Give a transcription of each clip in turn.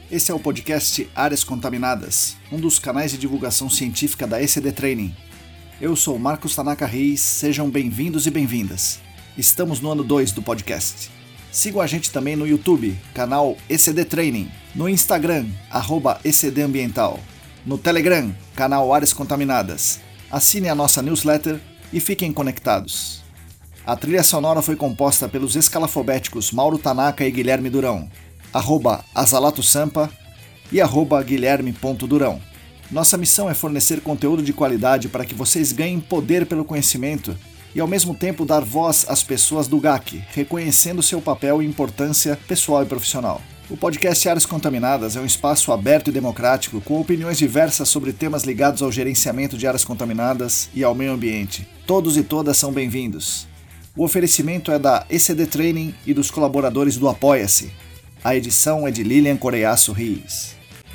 Esse é o podcast Áreas Contaminadas, um dos canais de divulgação científica da ECD Training. Eu sou Marcos Tanaka Reis, sejam bem-vindos e bem-vindas. Estamos no ano 2 do podcast. Sigam a gente também no YouTube, canal ECD Training, no Instagram, @ECDambiental, no Telegram, canal Áreas Contaminadas. Assine a nossa newsletter e fiquem conectados. A trilha sonora foi composta pelos escalafobéticos Mauro Tanaka e Guilherme Durão, @Azalato-Sampa e @Guilherme.Durão. Nossa missão é fornecer conteúdo de qualidade para que vocês ganhem poder pelo conhecimento e ao mesmo tempo dar voz às pessoas do GAC, reconhecendo seu papel e importância pessoal e profissional. O podcast Áreas Contaminadas é um espaço aberto e democrático com opiniões diversas sobre temas ligados ao gerenciamento de áreas contaminadas e ao meio ambiente. Todos e todas são bem-vindos. O oferecimento é da ECD Training e dos colaboradores do Apoia-se. A edição é de Lilian Coreiaço Rios.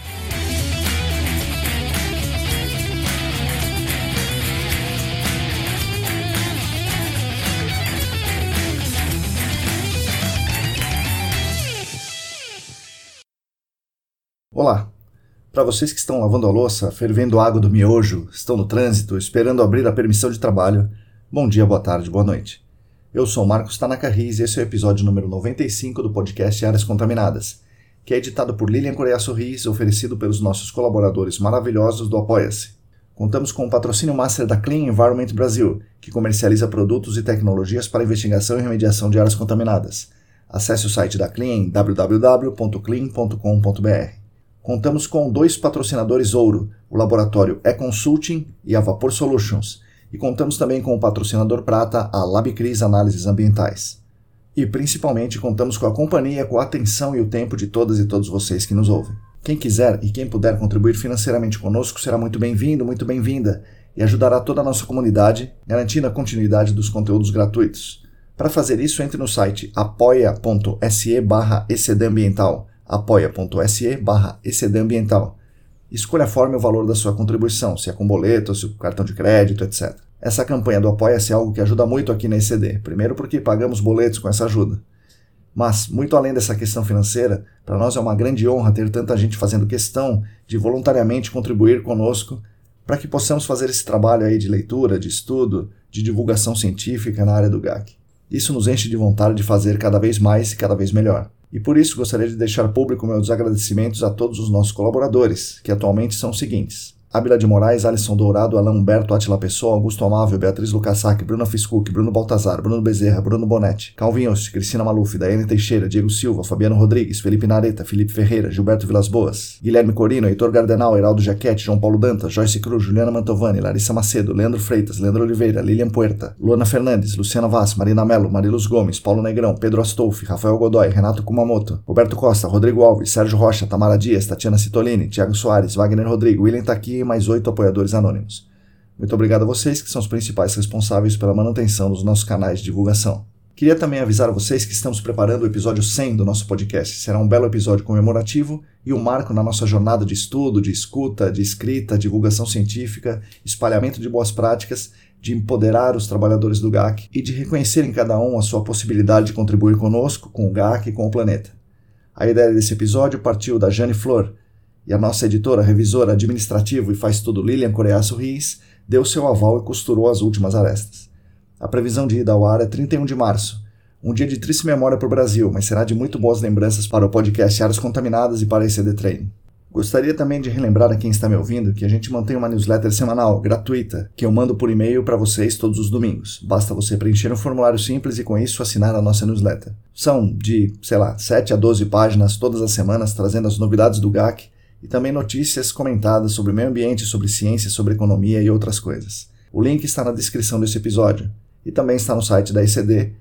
Olá! Para vocês que estão lavando a louça, fervendo a água do miojo, estão no trânsito, esperando abrir a permissão de trabalho, bom dia, boa tarde, boa noite. Eu sou Marcos Tanaka Reis e esse é o episódio número 95 do podcast Áreas Contaminadas, que é editado por Lilian Coreiaço Rios, oferecido pelos nossos colaboradores maravilhosos do Apoia-se. Contamos com o patrocínio master da Clean Environment Brasil, que comercializa produtos e tecnologias para investigação e remediação de áreas contaminadas. Acesse o site da Clean em www.clean.com.br. Contamos com 2 patrocinadores ouro, o laboratório E-Consulting e a Vapor Solutions, e contamos também com o patrocinador prata, a LabCris Análises Ambientais. E principalmente contamos com a companhia, com a atenção e o tempo de todas e todos vocês que nos ouvem. Quem quiser e quem puder contribuir financeiramente conosco será muito bem-vindo, muito bem-vinda, e ajudará toda a nossa comunidade, garantindo a continuidade dos conteúdos gratuitos. Para fazer isso, entre no site apoia.se/ecdambiental, apoia.se/ecdambiental. Escolha a forma e o valor da sua contribuição, se é com boleto, se é com cartão de crédito, etc. Essa campanha do Apoia-se é algo que ajuda muito aqui na ECD, primeiro porque pagamos boletos com essa ajuda. Mas, muito além dessa questão financeira, para nós é uma grande honra ter tanta gente fazendo questão de voluntariamente contribuir conosco para que possamos fazer esse trabalho aí de leitura, de estudo, de divulgação científica na área do GAC. Isso nos enche de vontade de fazer cada vez mais e cada vez melhor. E por isso gostaria de deixar público meus agradecimentos a todos os nossos colaboradores, que atualmente são os seguintes: Ábila de Moraes, Alisson Dourado, Alain Humberto, Atila Pessoa, Augusto Amável, Beatriz Lucassac, Bruna Fiscuc, Bruno Baltazar, Bruno Bezerra, Bruno Bonetti, Calvin Ost, Cristina Maluf, Daiane Teixeira, Diego Silva, Fabiano Rodrigues, Felipe Nareta, Felipe Ferreira, Gilberto Vilas Boas, Guilherme Corino, Heitor Gardenal, Heraldo Jaquete, João Paulo Dantas, Joyce Cruz, Juliana Mantovani, Larissa Macedo, Leandro Freitas, Leandro Oliveira, Lilian Puerta, Luana Fernandes, Luciana Vaz, Marina Mello, Mariluz Gomes, Paulo Negrão, Pedro Astolfi, Rafael Godoy, Renato Kumamoto, Roberto Costa, Rodrigo Alves, Sérgio Rocha, Tamara Dias, Tatiana Citolini, Thiago Soares, Wagner Rodrigo, William Taqui e mais 8 apoiadores anônimos. Muito obrigado a vocês que são os principais responsáveis pela manutenção dos nossos canais de divulgação. Queria também avisar a vocês que estamos preparando o episódio 100 do nosso podcast. Será um belo episódio comemorativo e um marco na nossa jornada de estudo, de escuta, de escrita, divulgação científica, espalhamento de boas práticas, de empoderar os trabalhadores do GAC e de reconhecer em cada um a sua possibilidade de contribuir conosco, com o GAC e com o planeta. A ideia desse episódio partiu da Jane Flor, e a nossa editora, revisora, administrativo e faz tudo Lilian Coreiaço Rios deu seu aval e costurou as últimas arestas. A previsão de ida ao ar é 31 de março, um dia de triste memória para o Brasil, mas será de muito boas lembranças para o podcast Áreas Contaminadas e para a ECD Training. Gostaria também de relembrar a quem está me ouvindo que a gente mantém uma newsletter semanal, gratuita, que eu mando por e-mail para vocês todos os domingos. Basta você preencher um formulário simples e com isso assinar a nossa newsletter. São de, 7 a 12 páginas todas as semanas, trazendo as novidades do GAC, e também notícias comentadas sobre meio ambiente, sobre ciência, sobre economia e outras coisas. O link está na descrição desse episódio e também está no site da ECD,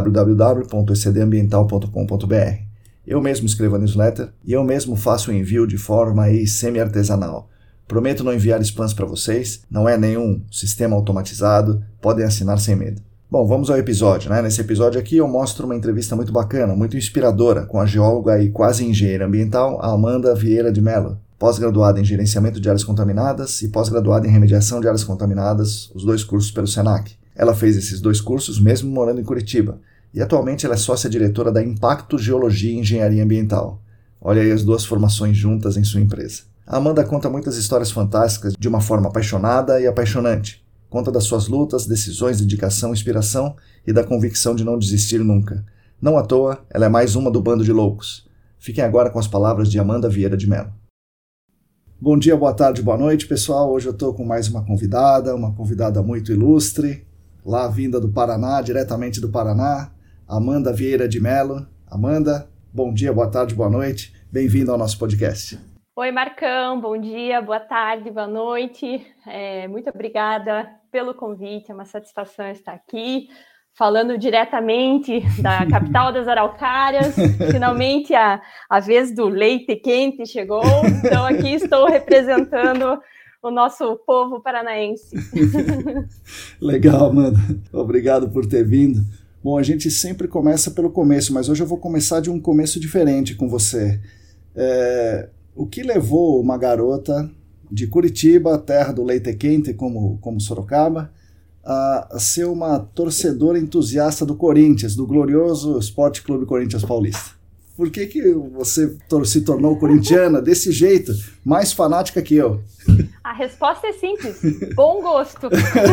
www.ecdambiental.com.br. Eu mesmo escrevo a newsletter e eu mesmo faço o envio de forma semi-artesanal. Prometo não enviar spams para vocês, não é nenhum sistema automatizado, podem assinar sem medo. Bom, vamos ao episódio, né? Nesse episódio aqui eu mostro uma entrevista muito bacana, muito inspiradora, com a geóloga e quase engenheira ambiental Amanda Vieira de Mello, pós-graduada em gerenciamento de áreas contaminadas e pós-graduada em remediação de áreas contaminadas, os 2 cursos pelo Senac. Ela fez esses 2 cursos mesmo morando em Curitiba, e atualmente ela é sócia-diretora da Impacto Geologia e Engenharia Ambiental. Olha aí as duas formações juntas em sua empresa. A Amanda conta muitas histórias fantásticas de uma forma apaixonada e apaixonante. Conta das suas lutas, decisões, dedicação, inspiração e da convicção de não desistir nunca. Não à toa, ela é mais uma do bando de loucos. Fiquem agora com as palavras de Amanda Vieira de Mello. Bom dia, boa tarde, boa noite, pessoal. Hoje eu estou com mais uma convidada muito ilustre, lá vinda do Paraná, diretamente do Paraná, Amanda Vieira de Mello. Amanda, bom dia, boa tarde, boa noite. Bem-vinda ao nosso podcast. Oi, Marcão, bom dia, boa tarde, boa noite. Muito obrigada pelo convite, é uma satisfação estar aqui, falando diretamente da capital das araucárias. Finalmente a vez do leite quente chegou, então aqui estou representando o nosso povo paranaense. Legal, Amanda, obrigado por ter vindo. Bom, a gente sempre começa pelo começo, mas hoje eu vou começar de um começo diferente com você. O que levou uma garota de Curitiba, terra do leite quente, como Sorocaba, a ser uma torcedora entusiasta do Corinthians, do glorioso Esporte Clube Corinthians Paulista? Por que você se tornou corintiana desse jeito, mais fanática que eu? A resposta é simples, bom gosto.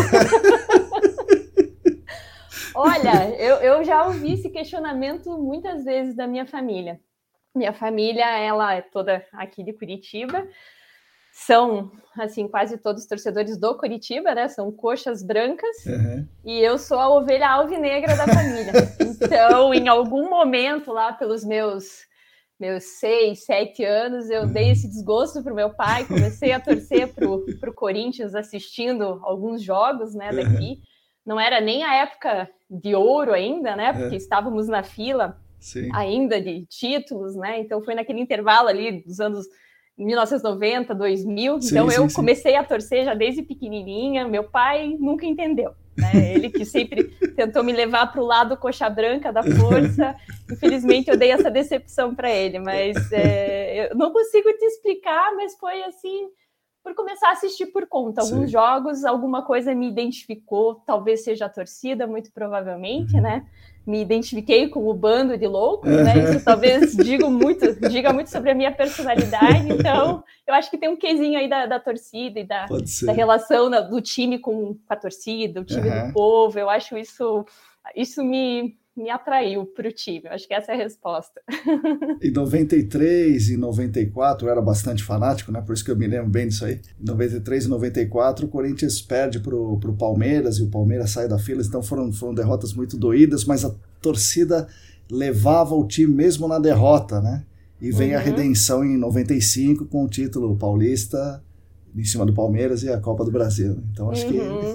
Olha, eu já ouvi esse questionamento muitas vezes da minha família. Minha família, ela é toda aqui de Curitiba. São, assim, quase todos torcedores do Coritiba, né? São coxas brancas. Uhum. E eu sou a ovelha alvinegra da família. Então, em algum momento lá pelos meus 6, 7 anos, eu dei esse desgosto pro meu pai. Comecei a torcer pro Corinthians assistindo alguns jogos, né, daqui. Uhum. Não era nem a época de ouro ainda, né? Porque estávamos na fila ainda de títulos, né? Então foi naquele intervalo ali dos anos 1990, 2000. Então eu comecei a torcer já desde pequenininha. Meu pai nunca entendeu, né? Ele que sempre tentou me levar para o lado coxa branca da força. Infelizmente eu dei essa decepção para ele, mas eu não consigo te explicar, mas foi assim, por começar a assistir por conta. Alguns jogos, alguma coisa me identificou, talvez seja a torcida, muito provavelmente, né? Me identifiquei com o bando de loucos, né? Isso talvez diga muito sobre a minha personalidade. Então, eu acho que tem um quezinho aí da torcida e da relação do time com a torcida, o time do povo. Eu acho isso me atraiu para o time. Eu acho que essa é a resposta. Em 93 e 94 eu era bastante fanático, né? Por isso que eu me lembro bem disso aí. Em 93 e 94 o Corinthians perde pro Palmeiras e o Palmeiras sai da fila. Então foram derrotas muito doídas, mas a torcida levava o time mesmo na derrota, né? E vem a redenção em 95 com o título paulista em cima do Palmeiras e a Copa do Brasil. Então acho que...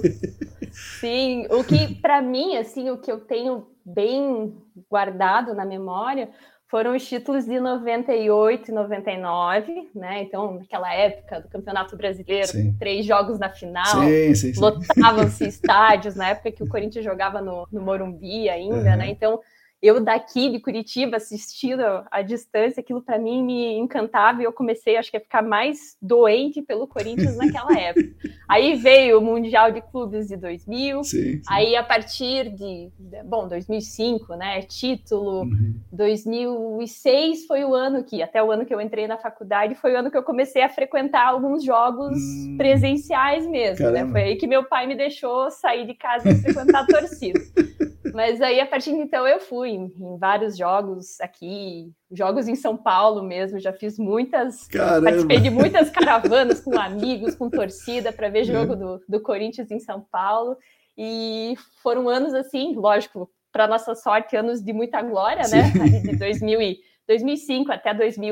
Sim, o que para mim, assim, o que eu tenho bem guardado na memória foram os títulos de 98 e 99, né? Então, naquela época do Campeonato Brasileiro, 3 jogos na final, lotavam-se estádios, na época que o Corinthians jogava no Morumbi ainda, né? Então, eu daqui de Curitiba, assistindo à distância, aquilo para mim me encantava e eu comecei, acho que, a ficar mais doente pelo Corinthians naquela época. Aí veio o Mundial de Clubes de 2000, aí a partir de 2005, né, título, 2006 foi o ano até o ano que eu entrei na faculdade, foi o ano que eu comecei a frequentar alguns jogos presenciais mesmo, né? Foi aí que meu pai me deixou sair de casa e frequentar a torcida. Mas aí, a partir de então, eu fui em vários jogos aqui, jogos em São Paulo mesmo, já fiz participei de muitas caravanas com amigos, com torcida, para ver jogo do Corinthians em São Paulo, e foram anos assim, lógico, para nossa sorte, anos de muita glória, né? Ali de 2005 até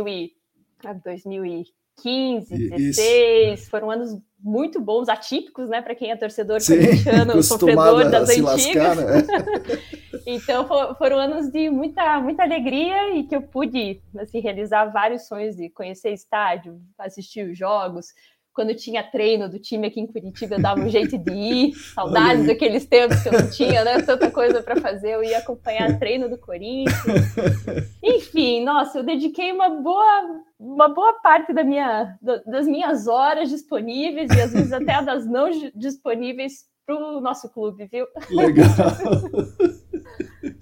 2015, 2016, foram anos muito bons, atípicos, né, para quem é torcedor corintiano, sofredor das antigas. Lascar, né? Então foram anos de muita, muita alegria e que eu pude, assim, realizar vários sonhos de conhecer estádio, assistir os jogos. Quando tinha treino do time aqui em Curitiba, eu dava um jeito de ir. Saudades daqueles tempos que eu não tinha, né? Tanta coisa para fazer. Eu ia acompanhar treino do Corinthians. Enfim, nossa, eu dediquei uma boa parte das minhas horas disponíveis e às vezes até das não disponíveis para o nosso clube, viu? Legal.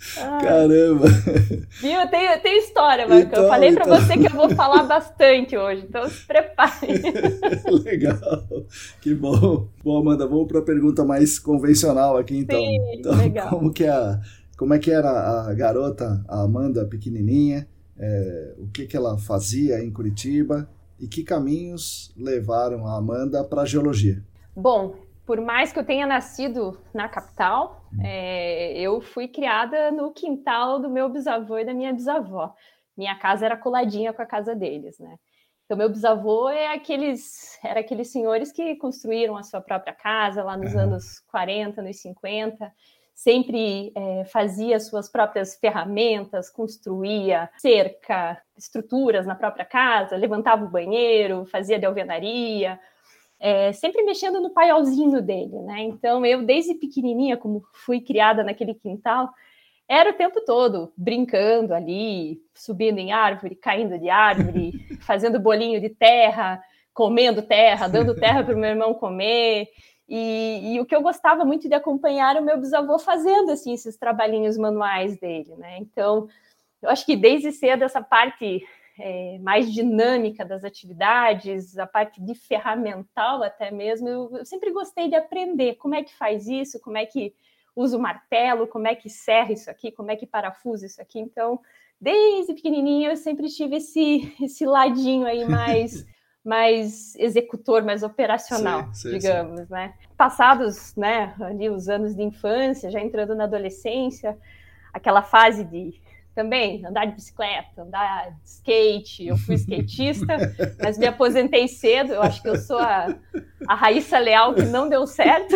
Caramba! Viu? Eu tenho história, Marcão. Então, eu falei para você que eu vou falar bastante hoje, então se prepare. Legal, que bom. Bom, Amanda, vamos para a pergunta mais convencional aqui, então. Sim, Então, legal. como é que era a garota, a Amanda pequenininha? O que ela fazia em Curitiba? E que caminhos levaram a Amanda para a geologia? Bom, por mais que eu tenha nascido na capital, eu fui criada no quintal do meu bisavô e da minha bisavó. Minha casa era coladinha com a casa deles, né? Então, meu bisavô era aqueles senhores que construíram a sua própria casa lá nos anos 40, nos 50, sempre fazia suas próprias ferramentas, construía cerca, estruturas na própria casa, levantava o banheiro, fazia de alvenaria, sempre mexendo no paiolzinho dele, né? Então, eu, desde pequenininha, como fui criada naquele quintal, era o tempo todo brincando ali, subindo em árvore, caindo de árvore, fazendo bolinho de terra, comendo terra, dando terra para o meu irmão comer. E o que eu gostava muito de acompanhar era o meu bisavô fazendo assim, esses trabalhinhos manuais dele, né? Então, eu acho que desde cedo essa parte mais dinâmica das atividades, a parte de ferramental até mesmo, eu sempre gostei de aprender como é que faz isso, como é que usa o martelo, como é que serra isso aqui, como é que parafusa isso aqui. Então, desde pequenininho eu sempre tive esse ladinho aí mais executor, mais operacional, digamos, né? Passados, né, ali os anos de infância, já entrando na adolescência, aquela fase de também andar de bicicleta, andar de skate. Eu fui skatista, mas me aposentei cedo. Eu acho que eu sou a Raíssa Leal que não deu certo.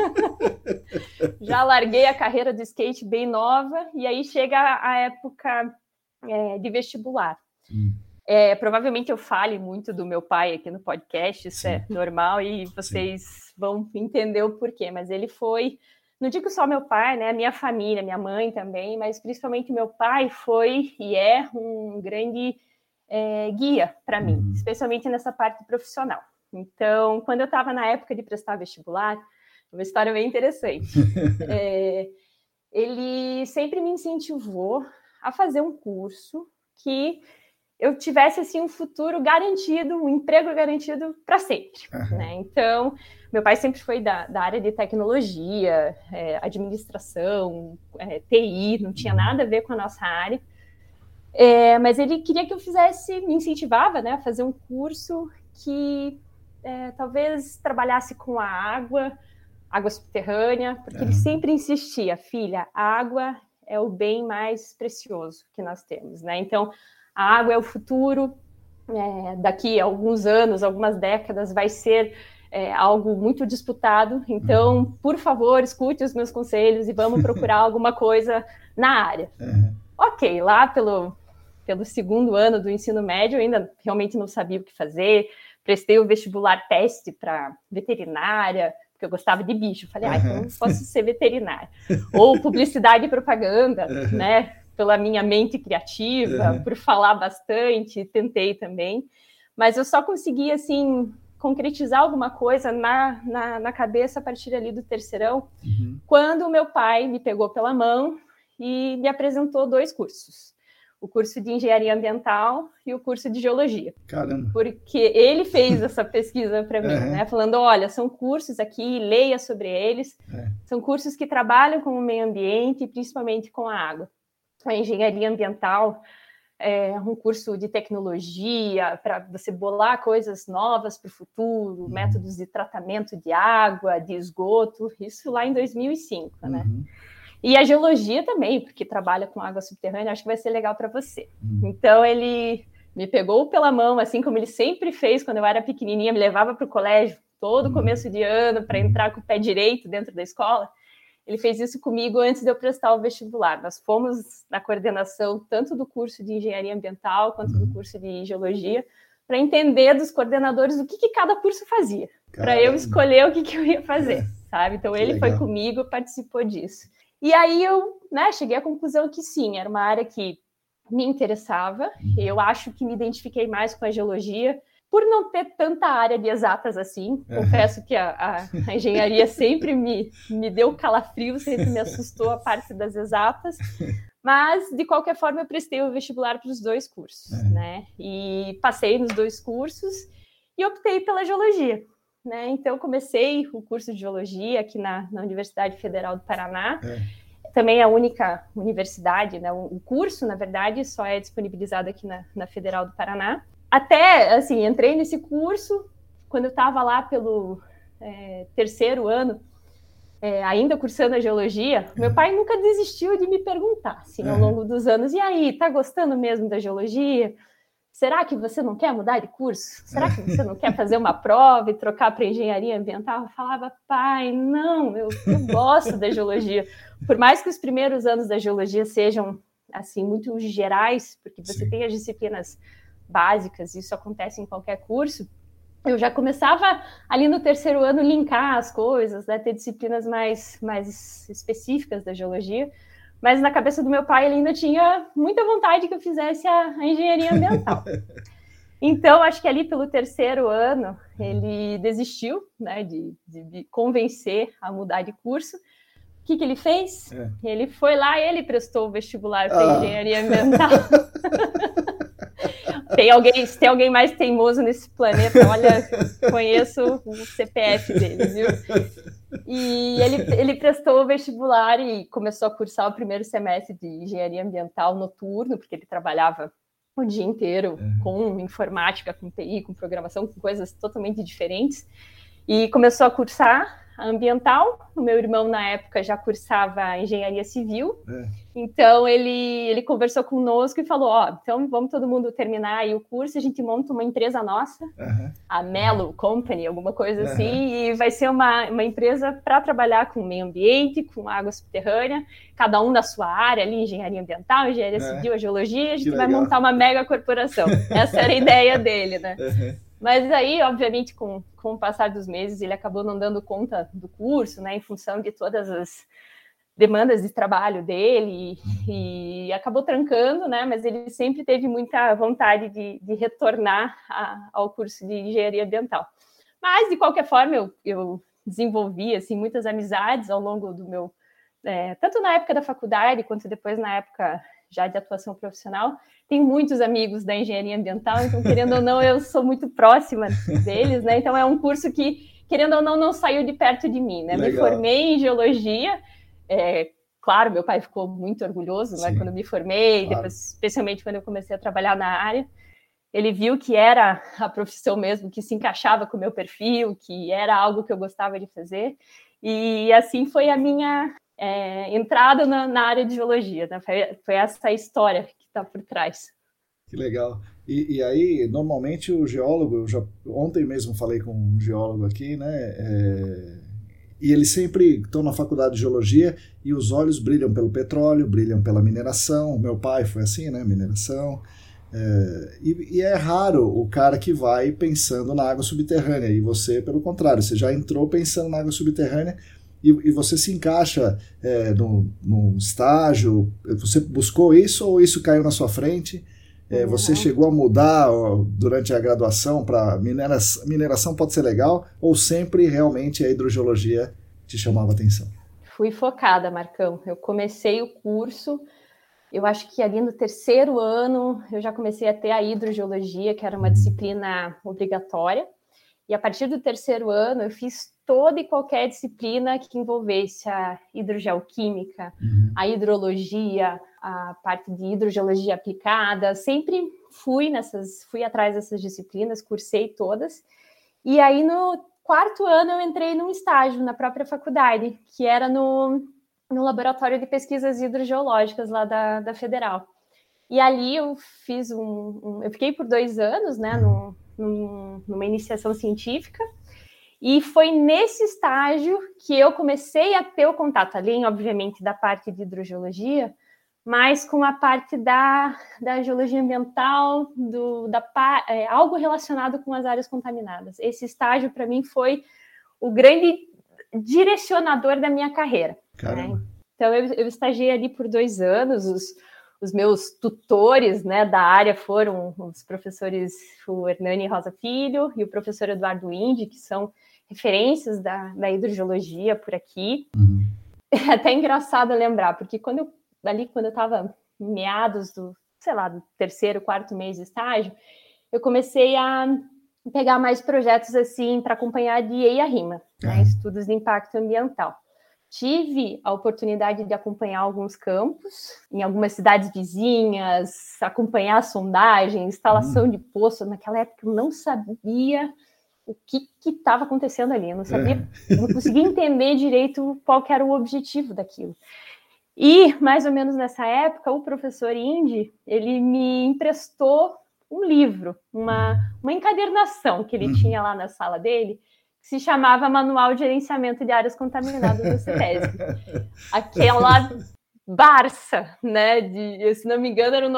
Já larguei a carreira do skate bem nova, e aí chega a época de vestibular. Provavelmente eu fale muito do meu pai aqui no podcast, isso é normal, e vocês vão entender o porquê, mas ele foi, não digo só meu pai, né, a minha família, minha mãe também, mas principalmente meu pai foi e é um grande guia para mim, especialmente nessa parte profissional. Então, quando eu estava na época de prestar vestibular, uma história bem interessante, ele sempre me incentivou a fazer um curso que eu tivesse assim um futuro garantido, um emprego garantido para sempre, né? Então, meu pai sempre foi da área de tecnologia, administração, TI, não tinha nada a ver com a nossa área, mas ele queria que eu me incentivava, né, a fazer um curso que talvez trabalhasse com a água subterrânea, porque ele sempre insistia, filha, a água é o bem mais precioso que nós temos, né? Então, a água é o futuro, daqui a alguns anos, algumas décadas, vai ser algo muito disputado. Então, por favor, escute os meus conselhos e vamos procurar alguma coisa na área. Ok, lá pelo segundo ano do ensino médio, eu ainda realmente não sabia o que fazer, prestei o vestibular teste para veterinária, porque eu gostava de bicho. Falei, então posso ser veterinária. Ou publicidade e propaganda, né? Pela minha mente criativa, por falar bastante, tentei também. Mas eu só consegui, assim, concretizar alguma coisa na cabeça a partir ali do terceirão, quando o meu pai me pegou pela mão e me apresentou 2 cursos. O curso de Engenharia Ambiental e o curso de Geologia. Caramba! Porque ele fez essa pesquisa para mim, né? Falando, olha, são cursos aqui, leia sobre eles. São cursos que trabalham com o meio ambiente e principalmente com a água. A Engenharia Ambiental é um curso de tecnologia para você bolar coisas novas para o futuro, métodos de tratamento de água, de esgoto, isso lá em 2005, né? E a geologia também, porque trabalha com água subterrânea, acho que vai ser legal para você. Então, ele me pegou pela mão, assim como ele sempre fez quando eu era pequenininha, me levava para o colégio todo começo de ano para entrar com o pé direito dentro da escola. Ele fez isso comigo antes de eu prestar o vestibular. Nós fomos na coordenação tanto do curso de Engenharia Ambiental quanto do curso de Geologia para entender dos coordenadores o que cada curso fazia, para eu escolher o que eu ia fazer, sabe? Então, ele foi comigo, participou disso. E aí eu, né, cheguei à conclusão que sim, era uma área que me interessava. Eu acho que me identifiquei mais com a geologia Por não ter tanta área de exatas assim, confesso que a engenharia sempre me deu calafrio, sempre me assustou a parte das exatas, mas, de qualquer forma, eu prestei o vestibular para os 2 cursos, né? E passei nos 2 cursos e optei pela geologia, né? Então, comecei o curso de geologia aqui na Universidade Federal do Paraná. Também é a única universidade, né? O curso, na verdade, só é disponibilizado aqui na Federal do Paraná. Até, assim, entrei nesse curso, quando eu estava lá pelo 3º ano, ainda cursando a geologia, meu pai nunca desistiu de me perguntar, assim, ao longo dos anos, e aí, tá gostando mesmo da geologia? Será que você não quer mudar de curso? Será que você não quer fazer uma prova e trocar para engenharia ambiental? Eu falava, pai, não, eu gosto da geologia. Por mais que os primeiros anos da geologia sejam, assim, muito gerais, porque você tem as disciplinas básicas, isso acontece em qualquer curso, eu já começava ali no 3º ano linkar as coisas, né, ter disciplinas mais específicas da geologia, mas na cabeça do meu pai ele ainda tinha muita vontade que eu fizesse a engenharia ambiental. Então, acho que ali pelo 3º ano ele desistiu, né, de me convencer a mudar de curso. O que ele fez? Ele foi lá e ele prestou o vestibular para engenharia ambiental. Se tem alguém mais teimoso nesse planeta, olha, conheço o CPF dele, viu? E ele prestou o vestibular e começou a cursar o 1º semestre de engenharia ambiental noturno, porque ele trabalhava o dia inteiro com informática, com TI, com programação, com coisas totalmente diferentes. E começou a cursar a ambiental. O meu irmão, na época, já cursava engenharia civil. Então, ele conversou conosco e falou, então vamos todo mundo terminar aí o curso, a gente monta uma empresa nossa, a Melo Company, alguma coisa assim, e vai ser uma empresa para trabalhar com meio ambiente, com água subterrânea, cada um na sua área ali, engenharia ambiental, engenharia civil, a geologia, a gente vai montar uma mega corporação. Essa era a ideia dele, né? Mas aí, obviamente, com o passar dos meses, ele acabou não dando conta do curso, né, em função de todas as demandas de trabalho dele, e acabou trancando, né, mas ele sempre teve muita vontade de retornar ao curso de engenharia ambiental. Mas, de qualquer forma, eu desenvolvi assim, muitas amizades ao longo do meu... tanto na época da faculdade, quanto depois na época já de atuação profissional. Tenho muitos amigos da engenharia ambiental, então, querendo ou não, eu sou muito próxima deles, né? Então, é um curso que, querendo ou não saiu de perto de mim, né? Legal. Me formei em geologia, claro, meu pai ficou muito orgulhoso, né, quando me formei, claro. Depois, especialmente quando eu comecei a trabalhar na área. Ele viu que era a profissão mesmo, que se encaixava com o meu perfil, que era algo que eu gostava de fazer. E assim foi a minha entrada na área de geologia, né? Foi essa história que está por trás. Que legal. E aí, normalmente o geólogo, ontem mesmo falei com um geólogo aqui, né? E eles sempre estão na faculdade de geologia e os olhos brilham pelo petróleo, brilham pela mineração. Meu pai foi assim, né? Mineração. E é raro o cara que vai pensando na água subterrânea. E você, pelo contrário, você já entrou pensando na água subterrânea e você se encaixa no estágio. Você buscou isso ou isso caiu na sua frente? Você chegou a mudar durante a graduação para mineração pode ser legal, ou sempre realmente a hidrogeologia te chamava atenção? Fui focada, Marcão. Eu comecei o curso, eu acho que ali no 3º ano eu já comecei a ter a hidrogeologia, que era uma disciplina obrigatória, e a partir do 3º ano eu fiz toda e qualquer disciplina que envolvesse a hidrogeoquímica, a hidrologia, a parte de hidrogeologia aplicada. Sempre fui atrás dessas disciplinas, cursei todas. E aí, no 4º ano, eu entrei num estágio na própria faculdade, que era no laboratório de pesquisas hidrogeológicas lá da Federal. E ali eu fiz eu fiquei por 2 anos, né, numa iniciação científica. E foi nesse estágio que eu comecei a ter o contato, além, obviamente, da parte de hidrogeologia, mas com a parte da geologia ambiental, algo relacionado com as áreas contaminadas. Esse estágio, para mim, foi o grande direcionador da minha carreira. Né? Então, eu estagiei ali por 2 anos, os meus tutores, né, da área foram os professores, o Hernani Rosa Filho e o professor Eduardo Indi, que são referências da hidrogeologia por aqui. É até engraçado lembrar, porque quando eu estava meados do, sei lá, do 3º, 4º mês de estágio, eu comecei a pegar mais projetos assim para acompanhar de EIA-RIMA, né, estudos de impacto ambiental. Tive a oportunidade de acompanhar alguns campos, em algumas cidades vizinhas, acompanhar a sondagem, instalação de poço. Naquela época eu não sabia o que estava acontecendo ali, eu não sabia, não conseguia entender direito qual que era o objetivo daquilo. E, mais ou menos nessa época, o professor Indi, ele me emprestou um livro, uma encadernação que ele tinha lá na sala dele, que se chamava Manual de Gerenciamento de Áreas Contaminadas da CETESB. Aquela Barça, né? Se não me engano, eram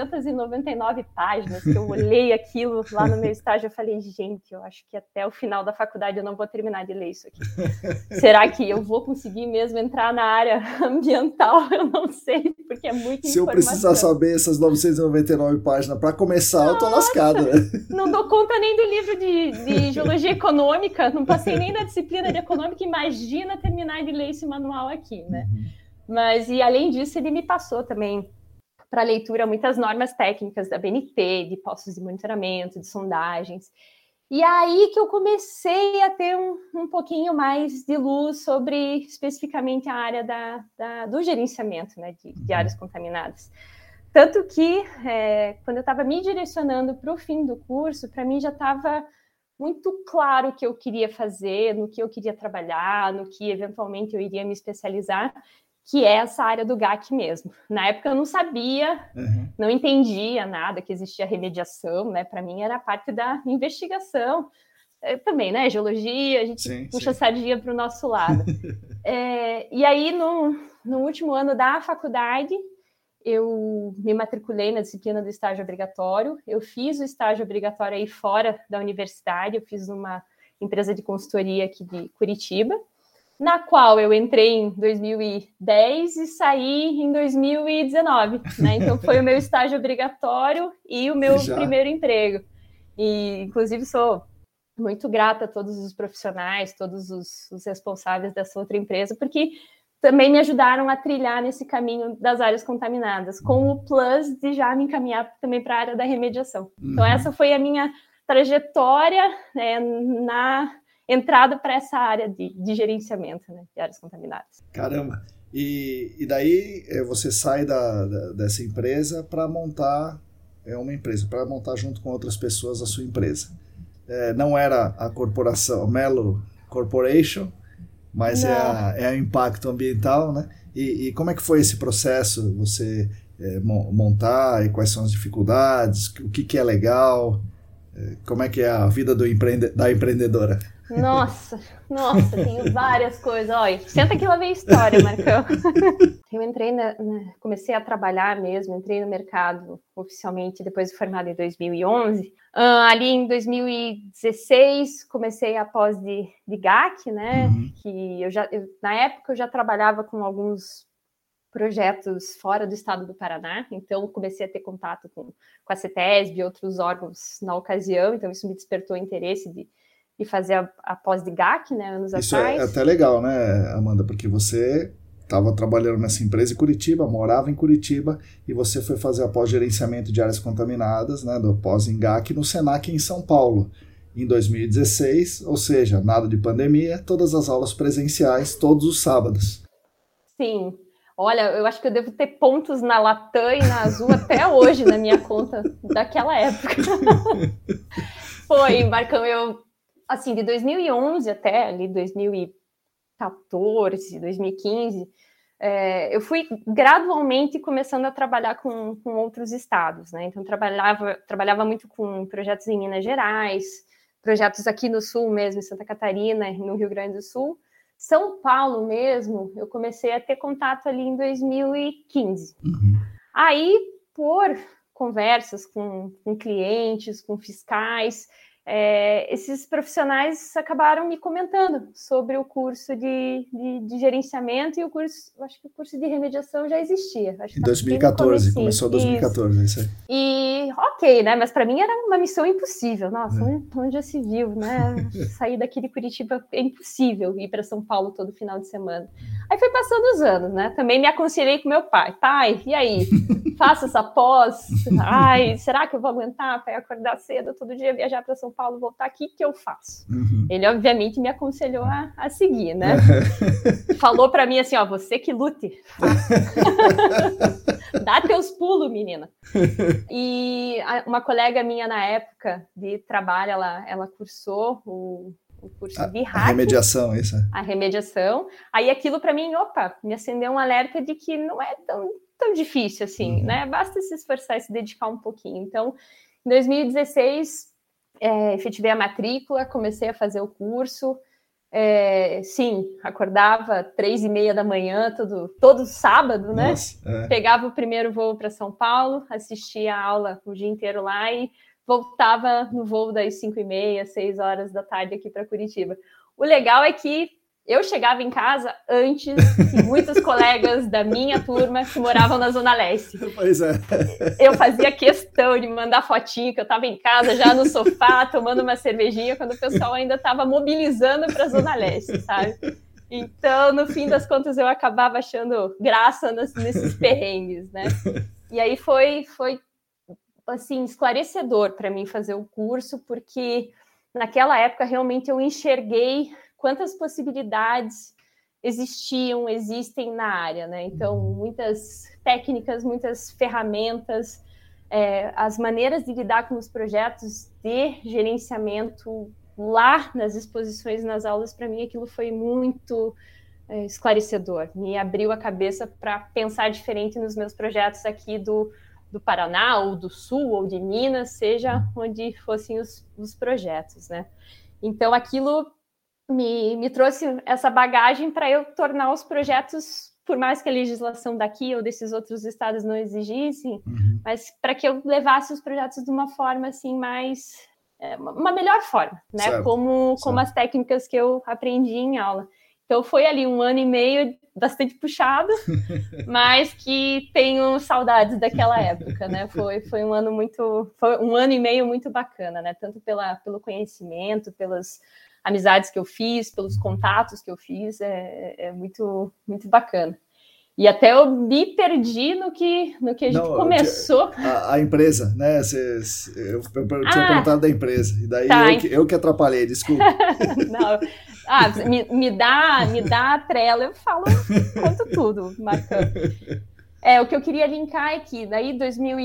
999 páginas, que eu olhei aquilo lá no meu estágio, eu falei, gente, eu acho que até o final da faculdade eu não vou terminar de ler isso aqui. Será que eu vou conseguir mesmo entrar na área ambiental? Eu não sei, porque é muita informação. Se eu precisar saber essas 999 páginas para começar, eu tô lascado. Né? Não dou conta nem do livro de geologia econômica, não passei nem da disciplina de econômica, imagina terminar de ler esse manual aqui, né? Mas, e além disso, ele me passou também para leitura muitas normas técnicas da BNT, de postos de monitoramento, de sondagens. E aí que eu comecei a ter um pouquinho mais de luz sobre, especificamente, a área do gerenciamento, né, de áreas contaminadas. Tanto que, quando eu estava me direcionando para o fim do curso, para mim já estava muito claro o que eu queria fazer, no que eu queria trabalhar, no que, eventualmente, eu iria me especializar, que é essa área do GAC mesmo. Na época eu não sabia, não entendia nada, que existia remediação, né? Para mim era parte da investigação. Também, né? Geologia, a gente puxa a sardinha para o nosso lado. E aí, no último ano da faculdade, eu me matriculei na disciplina do estágio obrigatório. Eu fiz o estágio obrigatório aí fora da universidade, eu fiz numa empresa de consultoria aqui de Curitiba, na qual eu entrei em 2010 e saí em 2019, né? Então foi o meu estágio obrigatório e o meu primeiro emprego. E, inclusive, sou muito grata a todos os profissionais, todos os responsáveis dessa outra empresa, porque também me ajudaram a trilhar nesse caminho das áreas contaminadas, com o plus de já me encaminhar também para a área da remediação. Então essa foi a minha trajetória, né, na entrada para essa área de gerenciamento, né, de áreas contaminadas. Caramba! E daí você sai dessa empresa para montar uma empresa, para montar junto com outras pessoas a sua empresa. Não era a corporação, Melo Corporation, mas é a Impacto Ambiental, né? E como é que foi esse processo? Você montar, e quais são as dificuldades, o que é legal, como é que é a vida da empreendedora? Nossa, tenho várias coisas. Olha, senta que lá vem história, Marcão. Eu entrei, comecei a trabalhar mesmo, entrei no mercado oficialmente depois de formada em 2011. Ali em 2016, comecei a pós de GAC, né? Que na época eu já trabalhava com alguns projetos fora do estado do Paraná, então comecei a ter contato com a CETESB e outros órgãos na ocasião, então isso me despertou interesse de fazer a pós de GAC, né, anos isso atrás. Isso é até legal, né, Amanda, porque você estava trabalhando nessa empresa em Curitiba, morava em Curitiba, e você foi fazer a pós-gerenciamento de áreas contaminadas, né, do pós em GAC, no Senac em São Paulo, em 2016, ou seja, nada de pandemia, todas as aulas presenciais, todos os sábados. Sim. Olha, eu acho que eu devo ter pontos na Latam e na Azul até hoje na minha conta daquela época. Foi, Marcão, assim, de 2011 até ali 2014, 2015, eu fui gradualmente começando a trabalhar com outros estados, né? Então, trabalhava muito com projetos em Minas Gerais, projetos aqui no Sul mesmo, em Santa Catarina, no Rio Grande do Sul. São Paulo mesmo, eu comecei a ter contato ali em 2015. Aí, por conversas com clientes, com fiscais, esses profissionais acabaram me comentando sobre o curso de gerenciamento e o curso, acho que o curso de remediação já existia. Acho que em 2014, começou em 2014, isso aí. E ok, né? Mas para mim era uma missão impossível. Nossa, onde já se viu, né? Sair daqui de Curitiba é impossível ir para São Paulo todo final de semana. Aí foi passando os anos, né? Também me aconselhei com meu pai. Pai, e aí? Faço essa pós? Ai, será que eu vou aguentar para acordar cedo todo dia, viajar para São Paulo, voltar aqui? O que eu faço? Ele, obviamente, me aconselhou a seguir, né? Falou para mim assim, ó, você que lute. Dá teus pulos, menina. E uma colega minha na época de trabalho, ela cursou o curso de hack. A remediação, isso. A remediação. Aí aquilo para mim, me acendeu um alerta de que não é tão difícil assim, né? Basta se esforçar e se dedicar um pouquinho. Então, em 2016, efetivei a matrícula, comecei a fazer o curso. Sim, acordava 3h30 da manhã, todo sábado, né? Nossa, Pegava o primeiro voo para São Paulo, assistia a aula o dia inteiro lá e voltava no voo das 5h30, 6 horas da tarde aqui para Curitiba. O legal é que eu chegava em casa antes que muitos colegas da minha turma que moravam na Zona Leste. Pois é. Eu fazia questão de mandar fotinho, que eu estava em casa, já no sofá, tomando uma cervejinha, quando o pessoal ainda estava mobilizando para a Zona Leste, sabe? Então, no fim das contas, eu acabava achando graça nesses perrengues, né? E aí foi assim, esclarecedor para mim fazer o curso, porque naquela época realmente eu enxerguei quantas possibilidades existem na área, né? Então, muitas técnicas, muitas ferramentas, as maneiras de lidar com os projetos de gerenciamento lá nas exposições, nas aulas, para mim aquilo foi muito esclarecedor. Me abriu a cabeça para pensar diferente nos meus projetos aqui do Paraná, ou do Sul, ou de Minas, seja onde fossem os projetos, né? Então, aquilo me trouxe essa bagagem para eu tornar os projetos, por mais que a legislação daqui ou desses outros estados não exigissem, mas para que eu levasse os projetos de uma forma assim mais... uma melhor forma, né? Certo, como as técnicas que eu aprendi em aula. Então foi ali 1 ano e meio bastante puxado, mas que tenho saudades daquela época, né? Foi um ano foi 1 ano e meio muito bacana, né? Tanto pelo conhecimento, pelas amizades que eu fiz, pelos contatos que eu fiz, muito, muito bacana. E até eu me perdi no que a gente começou. A empresa, né? Eu tinha perguntado da empresa, e daí tá, eu que atrapalhei, desculpa. Não, me dá a trela, eu conto tudo, Marcão. O que eu queria linkar é que daí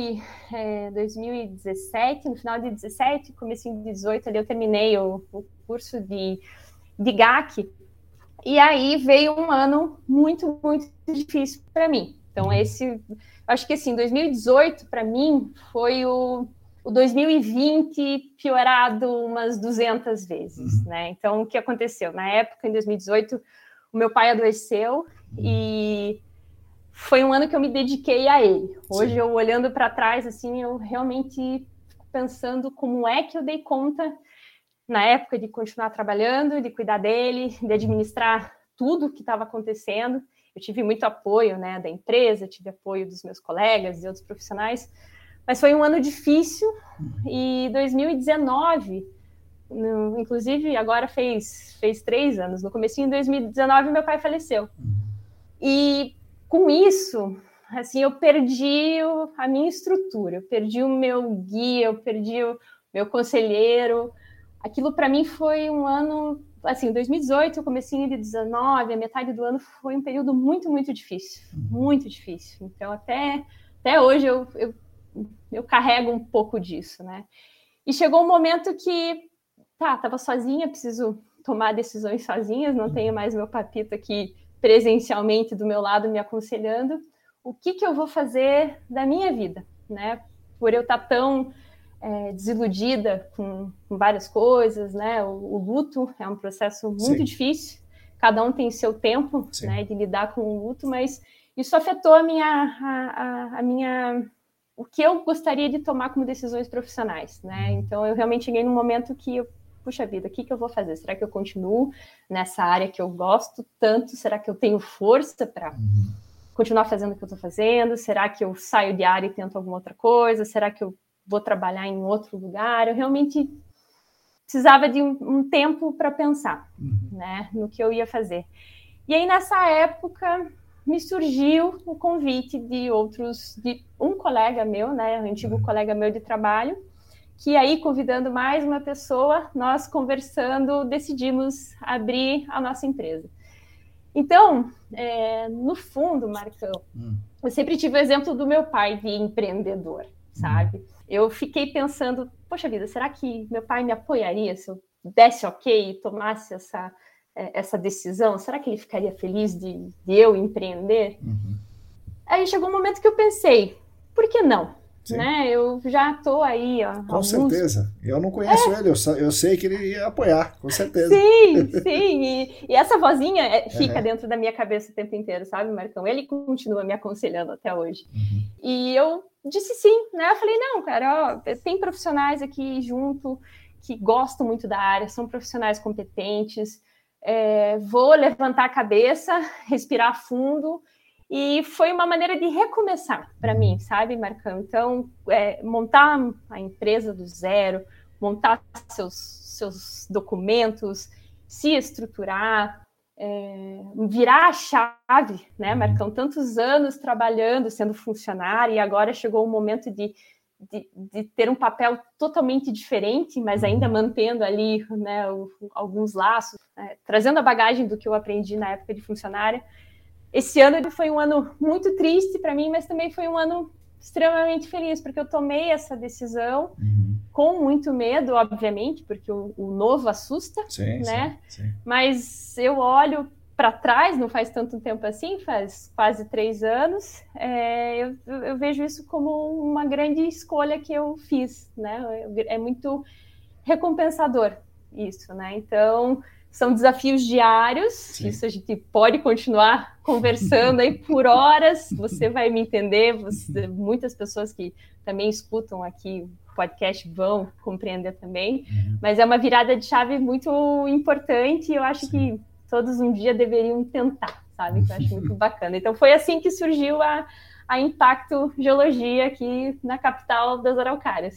2017, no final de 17, comecinho de 18, ali eu terminei o curso de GAC, e aí veio um ano muito, muito difícil para mim. Então, acho que assim, 2018 para mim foi o 2020 piorado umas 200 vezes, né? Então, o que aconteceu? Na época, em 2018, o meu pai adoeceu e foi um ano que eu me dediquei a ele. Hoje, eu olhando para trás, assim, eu realmente fico pensando como é que eu dei conta na época de continuar trabalhando, de cuidar dele, de administrar tudo que estava acontecendo. Eu tive muito apoio, né, da empresa, tive apoio dos meus colegas e outros profissionais, mas foi um ano difícil. E 2019, inclusive agora fez 3 anos, no comecinho de 2019 meu pai faleceu. E com isso, assim, eu perdi a minha estrutura, eu perdi o meu guia, eu perdi o meu conselheiro. Aquilo para mim foi um ano, assim, 2018, o comecinho de 19, a metade do ano foi um período muito, muito difícil, muito difícil. Então, até hoje eu carrego um pouco disso, né? E chegou um momento que, estava sozinha, preciso tomar decisões sozinhas, não tenho mais meu papito aqui presencialmente do meu lado me aconselhando. O que eu vou fazer da minha vida, né? Por eu estar tão desiludida com várias coisas, né? O luto é um processo muito difícil, cada um tem seu tempo, né, de lidar com o luto, mas isso afetou o que eu gostaria de tomar como decisões profissionais, né? Então, eu realmente cheguei num momento que puxa vida, o que eu vou fazer? Será que eu continuo nessa área que eu gosto tanto? Será que eu tenho força para continuar fazendo o que eu estou fazendo? Será que eu saio de área e tento alguma outra coisa? Será que eu vou trabalhar em outro lugar? Eu realmente precisava de um tempo para pensar, né, no que eu ia fazer. E aí, nessa época, me surgiu o convite de um colega meu, né, um antigo colega meu de trabalho, que aí, convidando mais uma pessoa, nós conversando, decidimos abrir a nossa empresa. Então, no fundo, Marcão, eu sempre tive o exemplo do meu pai de empreendedor, sabe? Eu fiquei pensando, poxa vida, será que meu pai me apoiaria se eu desse ok e tomasse essa decisão? Será que ele ficaria feliz de eu empreender? Aí chegou um momento que eu pensei, por que não? Né? Eu já estou aí. Com certeza. Eu não conheço ele, eu sei que ele ia apoiar, com certeza. Sim. E essa vozinha fica dentro da minha cabeça o tempo inteiro, sabe, Marcão? Ele continua me aconselhando até hoje. E eu disse sim, né? Eu falei, não, cara, tem profissionais aqui junto que gostam muito da área, são profissionais competentes. Vou levantar a cabeça, respirar fundo. E foi uma maneira de recomeçar para mim, sabe, Marcão? Então, montar a empresa do zero, montar seus documentos, se estruturar, virar a chave, né, Marcão? Tantos anos trabalhando, sendo funcionário, e agora chegou o momento de ter um papel totalmente diferente, mas ainda mantendo ali, né, alguns laços, trazendo a bagagem do que eu aprendi na época de funcionária. Esse ano foi um ano muito triste para mim, mas também foi um ano extremamente feliz, porque eu tomei essa decisão com muito medo, obviamente, porque o novo assusta, né? Sim. Mas eu olho para trás, não faz tanto tempo assim, faz quase 3 anos, eu vejo isso como uma grande escolha que eu fiz, né? É muito recompensador isso, né? Então, são desafios diários. Sim. Isso a gente pode continuar conversando aí por horas, você vai me entender, muitas pessoas que também escutam aqui o podcast vão compreender também, mas é uma virada de chave muito importante e eu acho que todos um dia deveriam tentar, sabe? Que eu acho muito bacana. Então foi assim que surgiu a Impacto Geologia aqui na capital das Araucárias.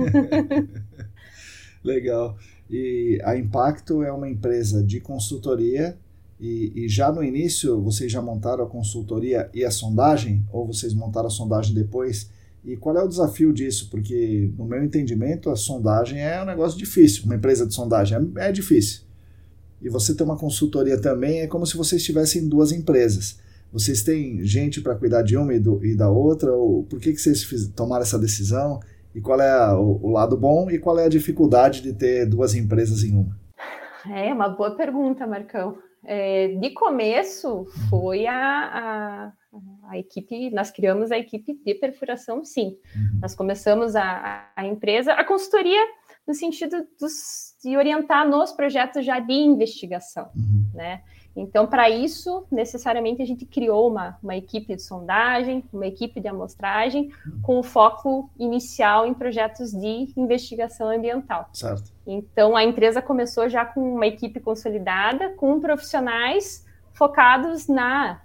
Legal. E a Impacto é uma empresa de consultoria e já no início vocês já montaram a consultoria e a sondagem ou vocês montaram a sondagem depois? E qual é o desafio disso? Porque no meu entendimento a sondagem é um negócio difícil, uma empresa de sondagem é difícil. E você ter uma consultoria também é como se vocês tivessem 2 empresas. Vocês têm gente para cuidar de uma e da outra? Ou por que vocês tomaram essa decisão? E qual é o lado bom e qual é a dificuldade de ter 2 empresas em uma? É uma boa pergunta, Marcão. De começo foi a equipe, nós criamos a equipe de perfuração, sim. Nós começamos a empresa, a consultoria no sentido de orientar nos projetos já de investigação, né? Então, para isso, necessariamente, a gente criou uma equipe de sondagem, uma equipe de amostragem, com o foco inicial em projetos de investigação ambiental. Certo. Então, a empresa começou já com uma equipe consolidada, com profissionais focados na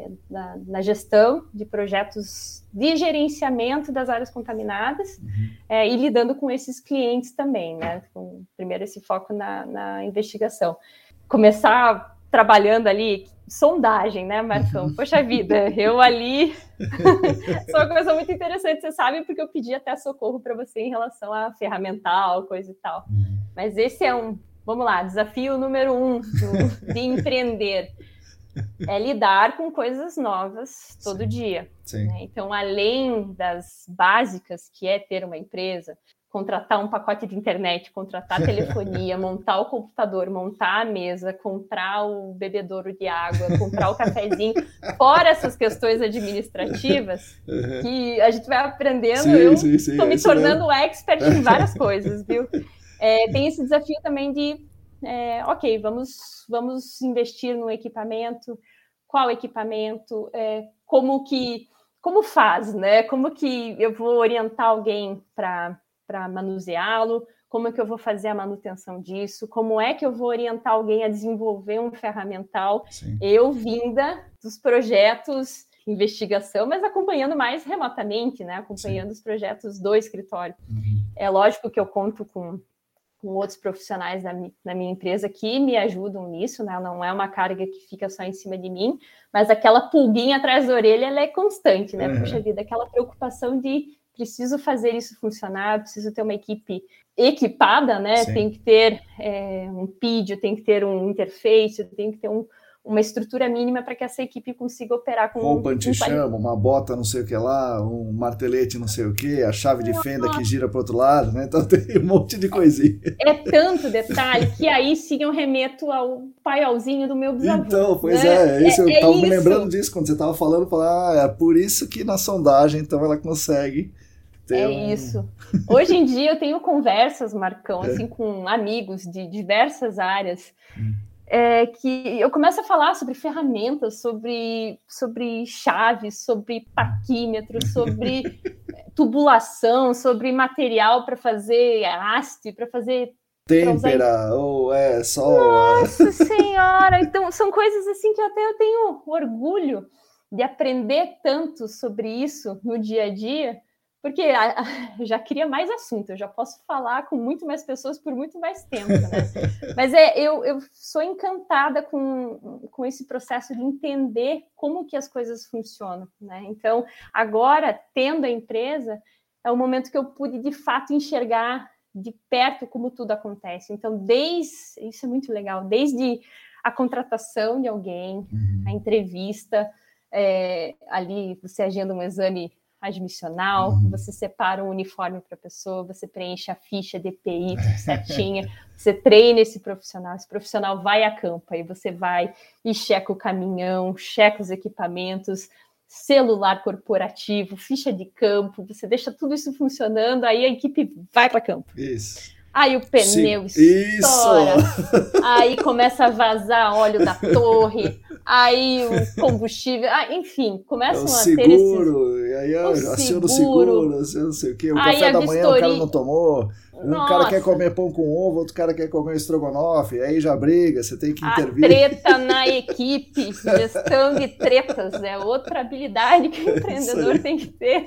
gestão de projetos de gerenciamento das áreas contaminadas e lidando com esses clientes também, né? Primeiro, esse foco na investigação. Começar trabalhando ali, sondagem, né, Marcão? Poxa vida, eu ali... Só uma coisa muito interessante, você sabe, porque eu pedi até socorro para você em relação a ferramental, coisa e tal. Mas esse é vamos lá, desafio número 1 de empreender. É lidar com coisas novas todo dia. Sim. Né? Então, além das básicas, que é ter uma empresa, contratar um pacote de internet, contratar telefonia, montar o computador, montar a mesa, comprar o bebedouro de água, comprar o cafezinho, fora essas questões administrativas, que a gente vai aprendendo, eu estou me tornando expert em várias coisas, viu? Tem esse desafio também de, ok, vamos investir no equipamento, qual equipamento, como como faz, né? Como que eu vou orientar alguém para manuseá-lo? Como é que eu vou fazer a manutenção disso? Como é que eu vou orientar alguém a desenvolver um ferramental? Sim. Eu vinda dos projetos de investigação, mas acompanhando mais remotamente, né? Acompanhando os projetos do escritório. É lógico que eu conto com outros profissionais na minha empresa que me ajudam nisso, né? Não é uma carga que fica só em cima de mim, mas aquela pulguinha atrás da orelha, ela é constante, né? Puxa vida, aquela preocupação de preciso fazer isso funcionar, preciso ter uma equipe equipada, né? Sim. Tem que ter um PID, tem que ter um interface, tem que ter uma estrutura mínima para que essa equipe consiga operar com roupa anti-chama, uma bota não sei o que lá, um martelete não sei o que, a chave de fenda que gira para o outro lado, né? Então tem um monte de coisinha. É tanto detalhe que aí sim eu remeto ao paiolzinho do meu bisavô. Então, pois né? Eu estava me lembrando disso quando você estava falando, é por isso que na sondagem, então, ela consegue ter isso. Hoje em dia eu tenho conversas, Marcão, assim, com amigos de diversas áreas, que eu começo a falar sobre ferramentas, sobre chaves, sobre paquímetro, sobre tubulação, sobre material para fazer haste, para fazer têmpera, só... Nossa Senhora! Então, são coisas assim que até eu tenho orgulho de aprender tanto sobre isso no dia a dia, porque já cria mais assunto, eu já posso falar com muito mais pessoas por muito mais tempo, né? Mas eu sou encantada com esse processo de entender como que as coisas funcionam, né? Então, agora, tendo a empresa, é o momento que eu pude, de fato, enxergar de perto como tudo acontece. Então, isso é muito legal, desde a contratação de alguém, a entrevista, ali você agenda um exame admissional, você separa um uniforme para a pessoa, você preenche a ficha de EPI tudo certinha, você treina esse profissional vai a campo, aí você vai e checa o caminhão, checa os equipamentos, celular corporativo, ficha de campo, você deixa tudo isso funcionando, aí a equipe vai para campo. Isso. Aí o pneu estoura, aí começa a vazar óleo da torre, aí o combustível, enfim, começam a ter seguro, e aí aciona o seguro, não sei o quê, o café da manhã o cara não tomou, cara quer comer pão com ovo, outro cara quer comer estrogonofe, aí já briga, você tem que intervir. A treta na equipe, gestão de tretas, é outra habilidade que o empreendedor tem que ter.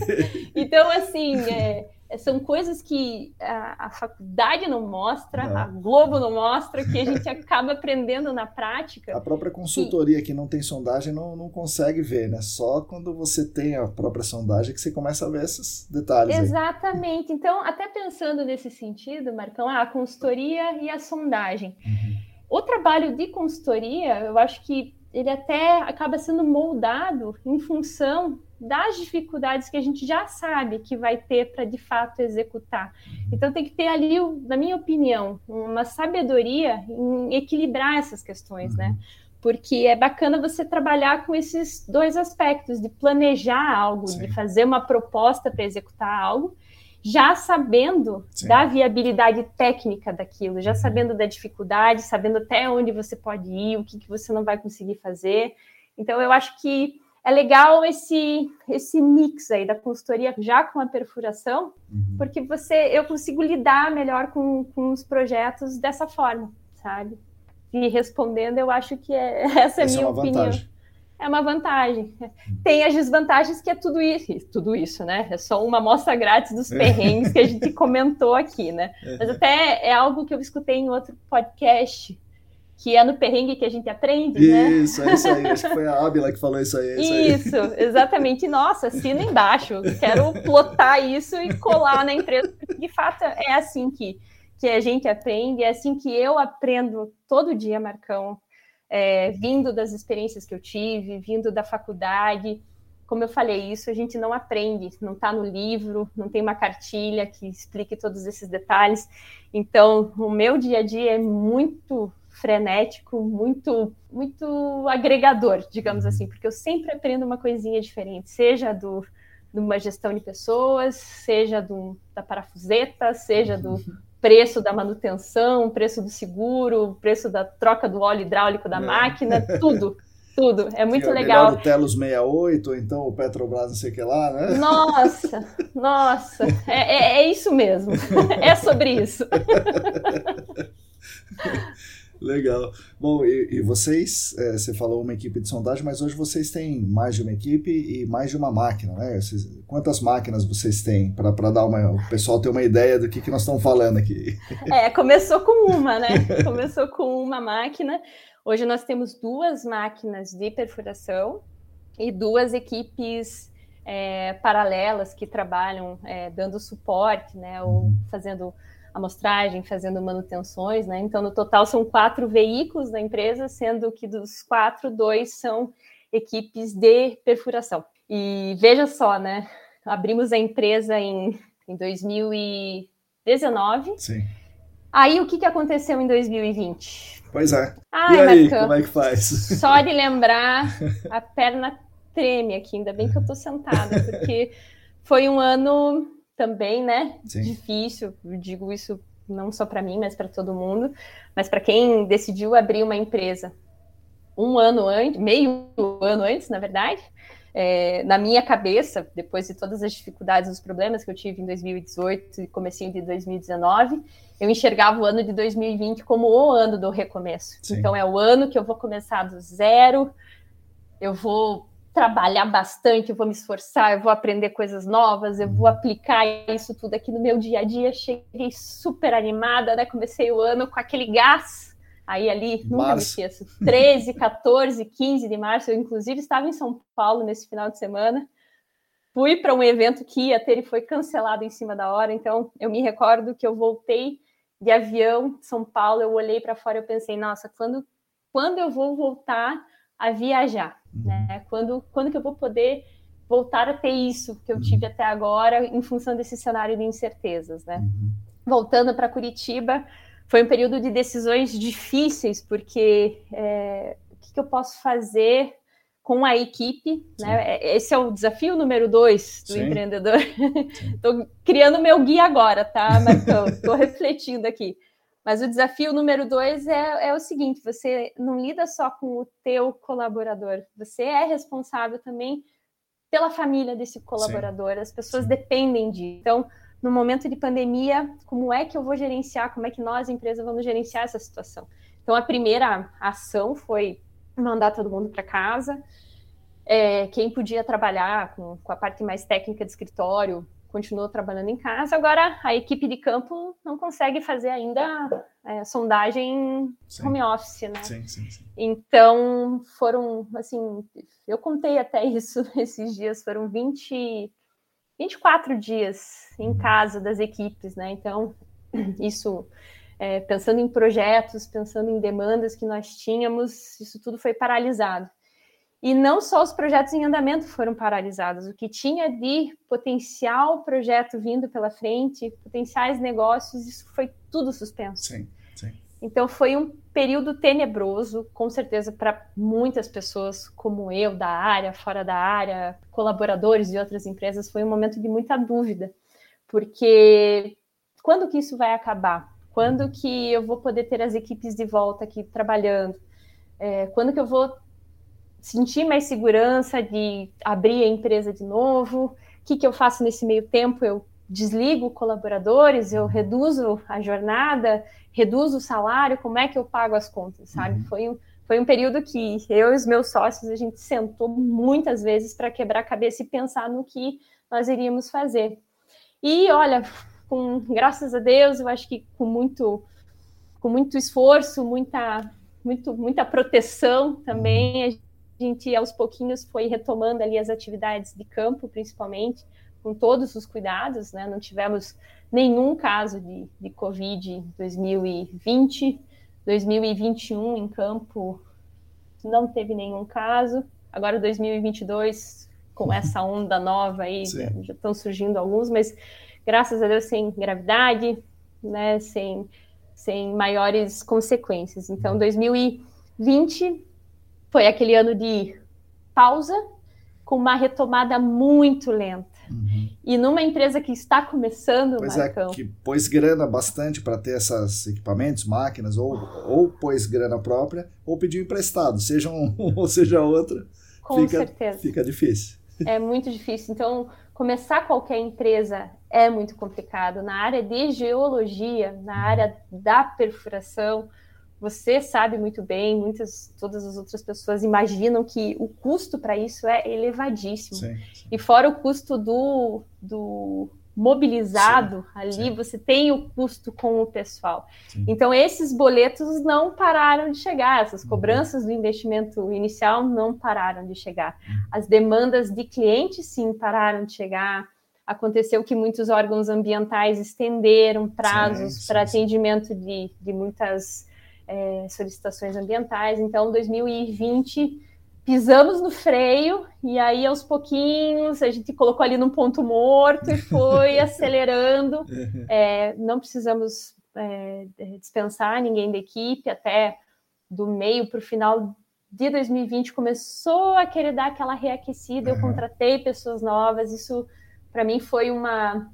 Então, assim, são coisas que a faculdade não mostra, a Globo não mostra, que a gente acaba aprendendo na prática. A própria consultoria que não tem sondagem não consegue ver, né? Só quando você tem a própria sondagem que você começa a ver esses detalhes. Exatamente. Aí. Então, até pensando nesse sentido, Marcão, a consultoria e a sondagem. O trabalho de consultoria, eu acho que ele até acaba sendo moldado em função das dificuldades que a gente já sabe que vai ter para, de fato, executar. Então, tem que ter ali, na minha opinião, uma sabedoria em equilibrar essas questões, né? Porque é bacana você trabalhar com esses dois aspectos, de planejar algo, de fazer uma proposta para executar algo, já sabendo da viabilidade técnica daquilo, já sabendo da dificuldade, sabendo até onde você pode ir, o que você não vai conseguir fazer. Então, eu acho que é legal esse mix aí da consultoria já com a perfuração, porque eu consigo lidar melhor com os projetos dessa forma, sabe? E respondendo, eu acho que essa é a minha opinião. É uma vantagem. Tem as desvantagens que é tudo isso, né? É só uma amostra grátis dos perrengues que a gente comentou aqui, né? Mas até é algo que eu escutei em outro podcast, que é no perrengue que a gente aprende, né? Isso, é isso aí. Acho que foi a Ábila que falou isso aí. Isso, exatamente. Nossa, assina embaixo. Quero plotar isso e colar na empresa. De fato, é assim que a gente aprende, é assim que eu aprendo todo dia, Marcão. Vindo das experiências que eu tive, vindo da faculdade. Como eu falei, isso a gente não aprende, não está no livro, não tem uma cartilha que explique todos esses detalhes. Então, o meu dia a dia é muito frenético, muito, muito agregador, digamos assim, porque eu sempre aprendo uma coisinha diferente, seja de uma gestão de pessoas, seja da parafuseta, seja do preço da manutenção, preço do seguro, preço da troca do óleo hidráulico da máquina, tudo. tudo. É muito legal. legal. O Telos 68, ou então o Petrobras não sei o que lá, né? Nossa, é isso mesmo. É sobre isso. Legal. Bom, e vocês, você falou uma equipe de sondagem, mas hoje vocês têm mais de uma equipe e mais de uma máquina, né? Quantas máquinas vocês têm para dar o pessoal ter uma ideia do que nós estamos falando aqui? Começou com uma, né? Começou com uma máquina. Hoje nós temos 2 máquinas de perfuração e 2 equipes paralelas que trabalham dando suporte, né? Ou fazendo amostragem, fazendo manutenções, né? Então, no total, são 4 veículos da empresa, sendo que dos 4, 2 são equipes de perfuração. E veja só, né? Abrimos a empresa em 2019. Sim. Aí, o que aconteceu em 2020? Pois é. Ai, e aí, Marcão, como é que faz? Só de lembrar, a perna treme aqui, ainda bem que eu tô sentada, porque foi um ano também, né, Sim. difícil, eu digo isso não só para mim, mas para todo mundo, mas para quem decidiu abrir uma empresa meio ano antes, na verdade, na minha cabeça, depois de todas as dificuldades, os problemas que eu tive em 2018 e comecinho de 2019, eu enxergava o ano de 2020 como o ano do recomeço. Sim. Então, é o ano que eu vou começar do zero, eu vou trabalhar bastante, eu vou me esforçar, eu vou aprender coisas novas, eu vou aplicar isso tudo aqui no meu dia a dia. Cheguei super animada, né? Comecei o ano com aquele gás. Aí ali, nunca me esqueço, 13, 14, 15 de março, eu inclusive estava em São Paulo nesse final de semana, fui para um evento que ia ter e foi cancelado em cima da hora, então eu me recordo que eu voltei de avião de São Paulo, eu olhei para fora e eu pensei, nossa, quando eu vou voltar a viajar, né? Quando que eu vou poder voltar a ter isso que eu tive até agora em função desse cenário de incertezas, né? Voltando para Curitiba, foi um período de decisões difíceis, porque o que eu posso fazer com a equipe, né? Esse é o desafio número 2 do empreendedor. Estou criando meu guia agora, tá, Marcão? Estou refletindo aqui. Mas o desafio número 2 é o seguinte, você não lida só com o teu colaborador, você é responsável também pela família desse colaborador, as pessoas dependem disso. Então, no momento de pandemia, como é que eu vou gerenciar, como é que nós, empresa, vamos gerenciar essa situação? Então, a primeira ação foi mandar todo mundo para casa, quem podia trabalhar com a parte mais técnica de escritório, continuou trabalhando em casa. Agora, a equipe de campo não consegue fazer ainda sondagem home office, né? Sim. Então, foram, assim, eu contei até isso esses dias, foram 24 dias em casa das equipes, né? Então, isso, pensando em projetos, pensando em demandas que nós tínhamos, isso tudo foi paralisado. E não só os projetos em andamento foram paralisados, o que tinha de potencial projeto vindo pela frente, potenciais negócios, isso foi tudo suspenso. Sim. Então foi um período tenebroso, com certeza para muitas pessoas como eu, da área, fora da área, colaboradores de outras empresas, foi um momento de muita dúvida, porque quando que isso vai acabar? Quando que eu vou poder ter as equipes de volta aqui trabalhando? Quando que eu vou sentir mais segurança de abrir a empresa de novo? O que eu faço nesse meio tempo? Eu desligo colaboradores, eu reduzo a jornada, reduzo o salário, como é que eu pago as contas, sabe? Foi um período que eu e os meus sócios, a gente sentou muitas vezes para quebrar a cabeça e pensar no que nós iríamos fazer. E, olha, graças a Deus, eu acho que com muito esforço, muita proteção também, a gente, aos pouquinhos, foi retomando ali as atividades de campo, principalmente, com todos os cuidados, né? Não tivemos nenhum caso de Covid em 2020, 2021 em campo não teve nenhum caso. Agora 2022, com essa onda nova aí, já estão surgindo alguns, mas graças a Deus sem gravidade, né? Sem maiores consequências. Então, 2020 foi aquele ano de pausa, com uma retomada muito lenta. E numa empresa que está começando, Pois Marcão... que pôs grana bastante para ter esses equipamentos, máquinas, ou pôs grana própria, ou pediu emprestado, seja um ou seja outra, Com certeza. Fica difícil. É muito difícil. Então, começar qualquer empresa é muito complicado. Na área de geologia, na área da perfuração, você sabe muito bem, todas as outras pessoas imaginam que o custo para isso é elevadíssimo. Sim. E fora o custo do mobilizado ali, você tem o custo com o pessoal. Sim. Então, esses boletos não pararam de chegar, essas cobranças do investimento inicial não pararam de chegar. As demandas de clientes, sim, pararam de chegar. Aconteceu que muitos órgãos ambientais estenderam prazos para atendimento de muitas solicitações ambientais. Então, 2020, pisamos no freio e aí, aos pouquinhos, a gente colocou ali num ponto morto e foi acelerando. Não precisamos dispensar ninguém da equipe, até do meio para o final de 2020 começou a querer dar aquela reaquecida, eu contratei pessoas novas, isso para mim foi uma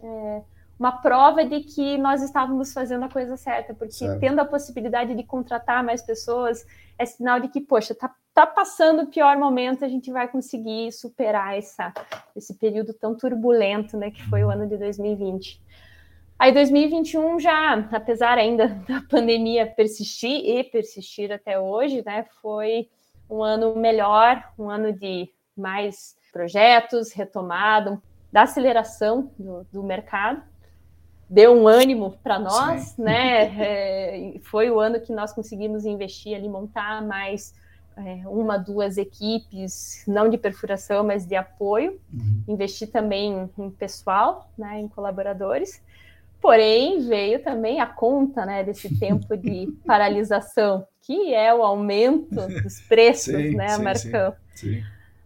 prova de que nós estávamos fazendo a coisa certa, porque tendo a possibilidade de contratar mais pessoas, é sinal de que, poxa, tá passando o pior momento, a gente vai conseguir superar esse período tão turbulento, né, que foi o ano de 2020. Aí 2021 já, apesar ainda da pandemia persistir até hoje, né, foi um ano melhor, um ano de mais projetos, retomada, da aceleração do mercado. Deu um ânimo para nós, né? Foi o ano que nós conseguimos investir ali, montar mais 1-2 equipes, não de perfuração, mas de apoio. Investir também em pessoal, né, em colaboradores. Porém, veio também a conta, né, desse tempo de paralisação, que é o aumento dos preços, né, Marcão? Sim.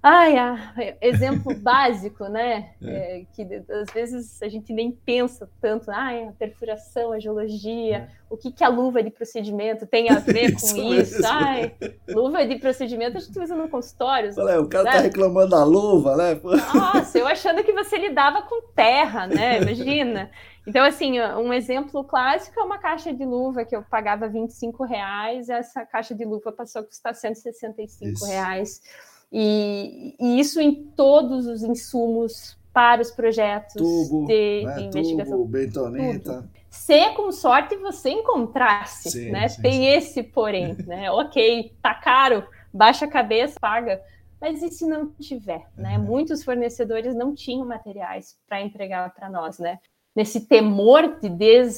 Exemplo básico, né? Que às vezes a gente nem pensa tanto, a perfuração, a geologia, o que a luva de procedimento tem a ver com isso? Luva de procedimento a gente usa no consultório. O cara tá reclamando da luva, né? Nossa, eu achando que você lidava com terra, né? Imagina. Então, assim, um exemplo clássico é uma caixa de luva que eu pagava R$25, essa caixa de luva passou a custar R$165. E isso em todos os insumos para os projetos de investigação. Tubo, bentonita. Tudo. Se com sorte você encontrasse, né? Tem esse porém, né? Ok, tá caro, baixa a cabeça, paga. Mas e se não tiver, né? Muitos fornecedores não tinham materiais para entregar para nós, né? Nesse temor de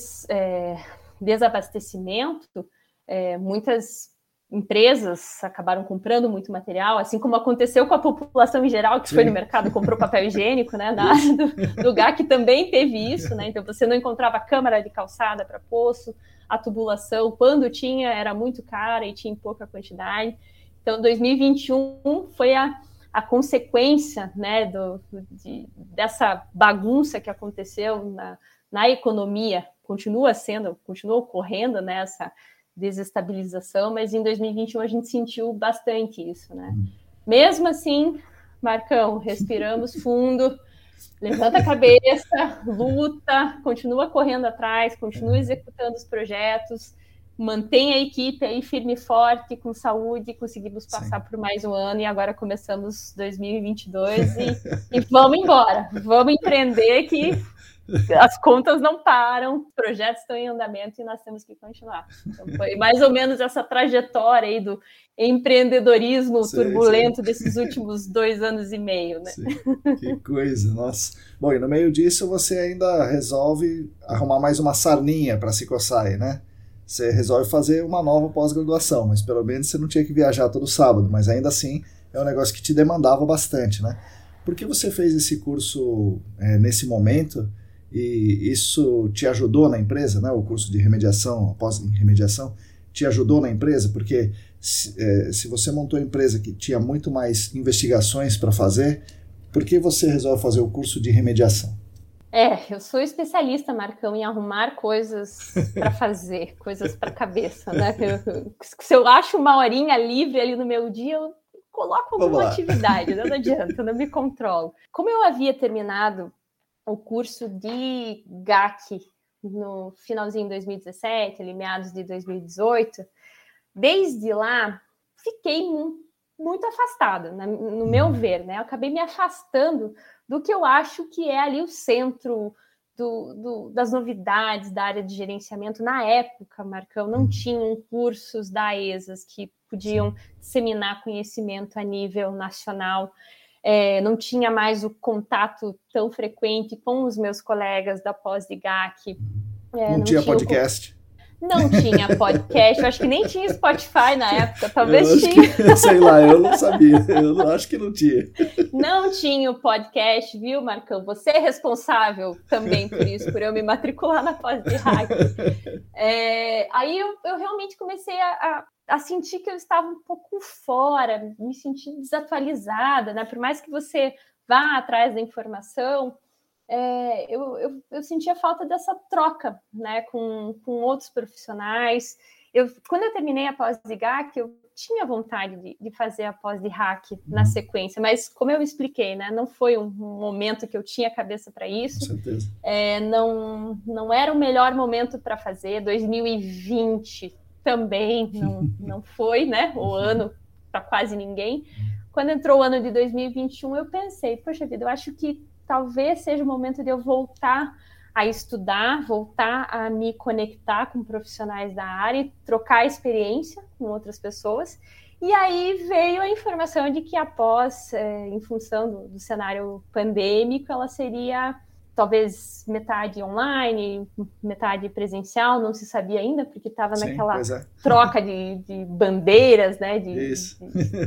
desabastecimento, muitas empresas acabaram comprando muito material, assim como aconteceu com a população em geral, que foi no mercado e comprou papel higiênico, né? Na área do GAC também teve isso, né? Então você não encontrava câmara de calçada para poço, a tubulação, quando tinha, era muito cara e tinha em pouca quantidade. Então, 2021 foi a consequência, né, dessa bagunça que aconteceu na economia, continua ocorrendo, né, essa desestabilização, mas em 2021 a gente sentiu bastante isso, né? Mesmo assim, Marcão, respiramos fundo, levanta a cabeça, luta, continua correndo atrás, continua executando os projetos, mantém a equipe aí firme e forte, com saúde, conseguimos passar por mais um ano e agora começamos 2022 e vamos embora, vamos empreender que as contas não param, os projetos estão em andamento e nós temos que continuar. Então, foi mais ou menos essa trajetória aí do empreendedorismo turbulento desses últimos 2 anos e meio, né? Que coisa, nossa. Bom, e no meio disso você ainda resolve arrumar mais uma sarninha para se coçar aí, né? Você resolve fazer uma nova pós-graduação, mas pelo menos você não tinha que viajar todo sábado, mas ainda assim é um negócio que te demandava bastante, né? Por que você fez esse curso nesse momento? E isso te ajudou na empresa, né? O curso de remediação, pós-remediação, te ajudou na empresa? Porque se você montou uma empresa que tinha muito mais investigações para fazer, por que você resolve fazer o curso de remediação? Eu sou especialista, Marcão, em arrumar coisas para fazer, coisas para a cabeça, né? Se eu acho uma horinha livre ali no meu dia, eu coloco alguma atividade, não adianta, não me controlo. Como eu havia terminado o curso de GAC no finalzinho de 2017, ali, meados de 2018, desde lá, fiquei muito afastada, no meu ver, né? Eu acabei me afastando do que eu acho que é ali o centro das novidades da área de gerenciamento. Na época, Marcão, não tinham cursos da ESAS que podiam disseminar conhecimento a nível nacional. Não tinha mais o contato tão frequente com os meus colegas da pós de GAC. Não tinha podcast. Não tinha podcast, eu acho que nem tinha Spotify na época, talvez tinha. Sei lá, eu não sabia, eu acho que não tinha. Não tinha o podcast, viu, Marcão? Você é responsável também por isso, por eu me matricular na pós de hack. Aí eu realmente comecei a sentir que eu estava um pouco fora, me senti desatualizada, né? Por mais que você vá atrás da informação, eu sentia falta dessa troca, né, com outros profissionais. Quando eu terminei a pós de GAC, eu tinha vontade de fazer a pós de hack na sequência, mas como eu expliquei, né, não foi um momento que eu tinha cabeça para isso. Com certeza. Não era o melhor momento para fazer. 2020 também não foi, né, o ano para quase ninguém. Quando entrou o ano de 2021, eu pensei, poxa vida, eu acho que talvez seja o momento de eu voltar a estudar, voltar a me conectar com profissionais da área e trocar experiência com outras pessoas. E aí veio a informação de que após, em função do cenário pandêmico, ela seria talvez metade online, metade presencial, não se sabia ainda, porque estava naquela troca de bandeiras, né? Isso.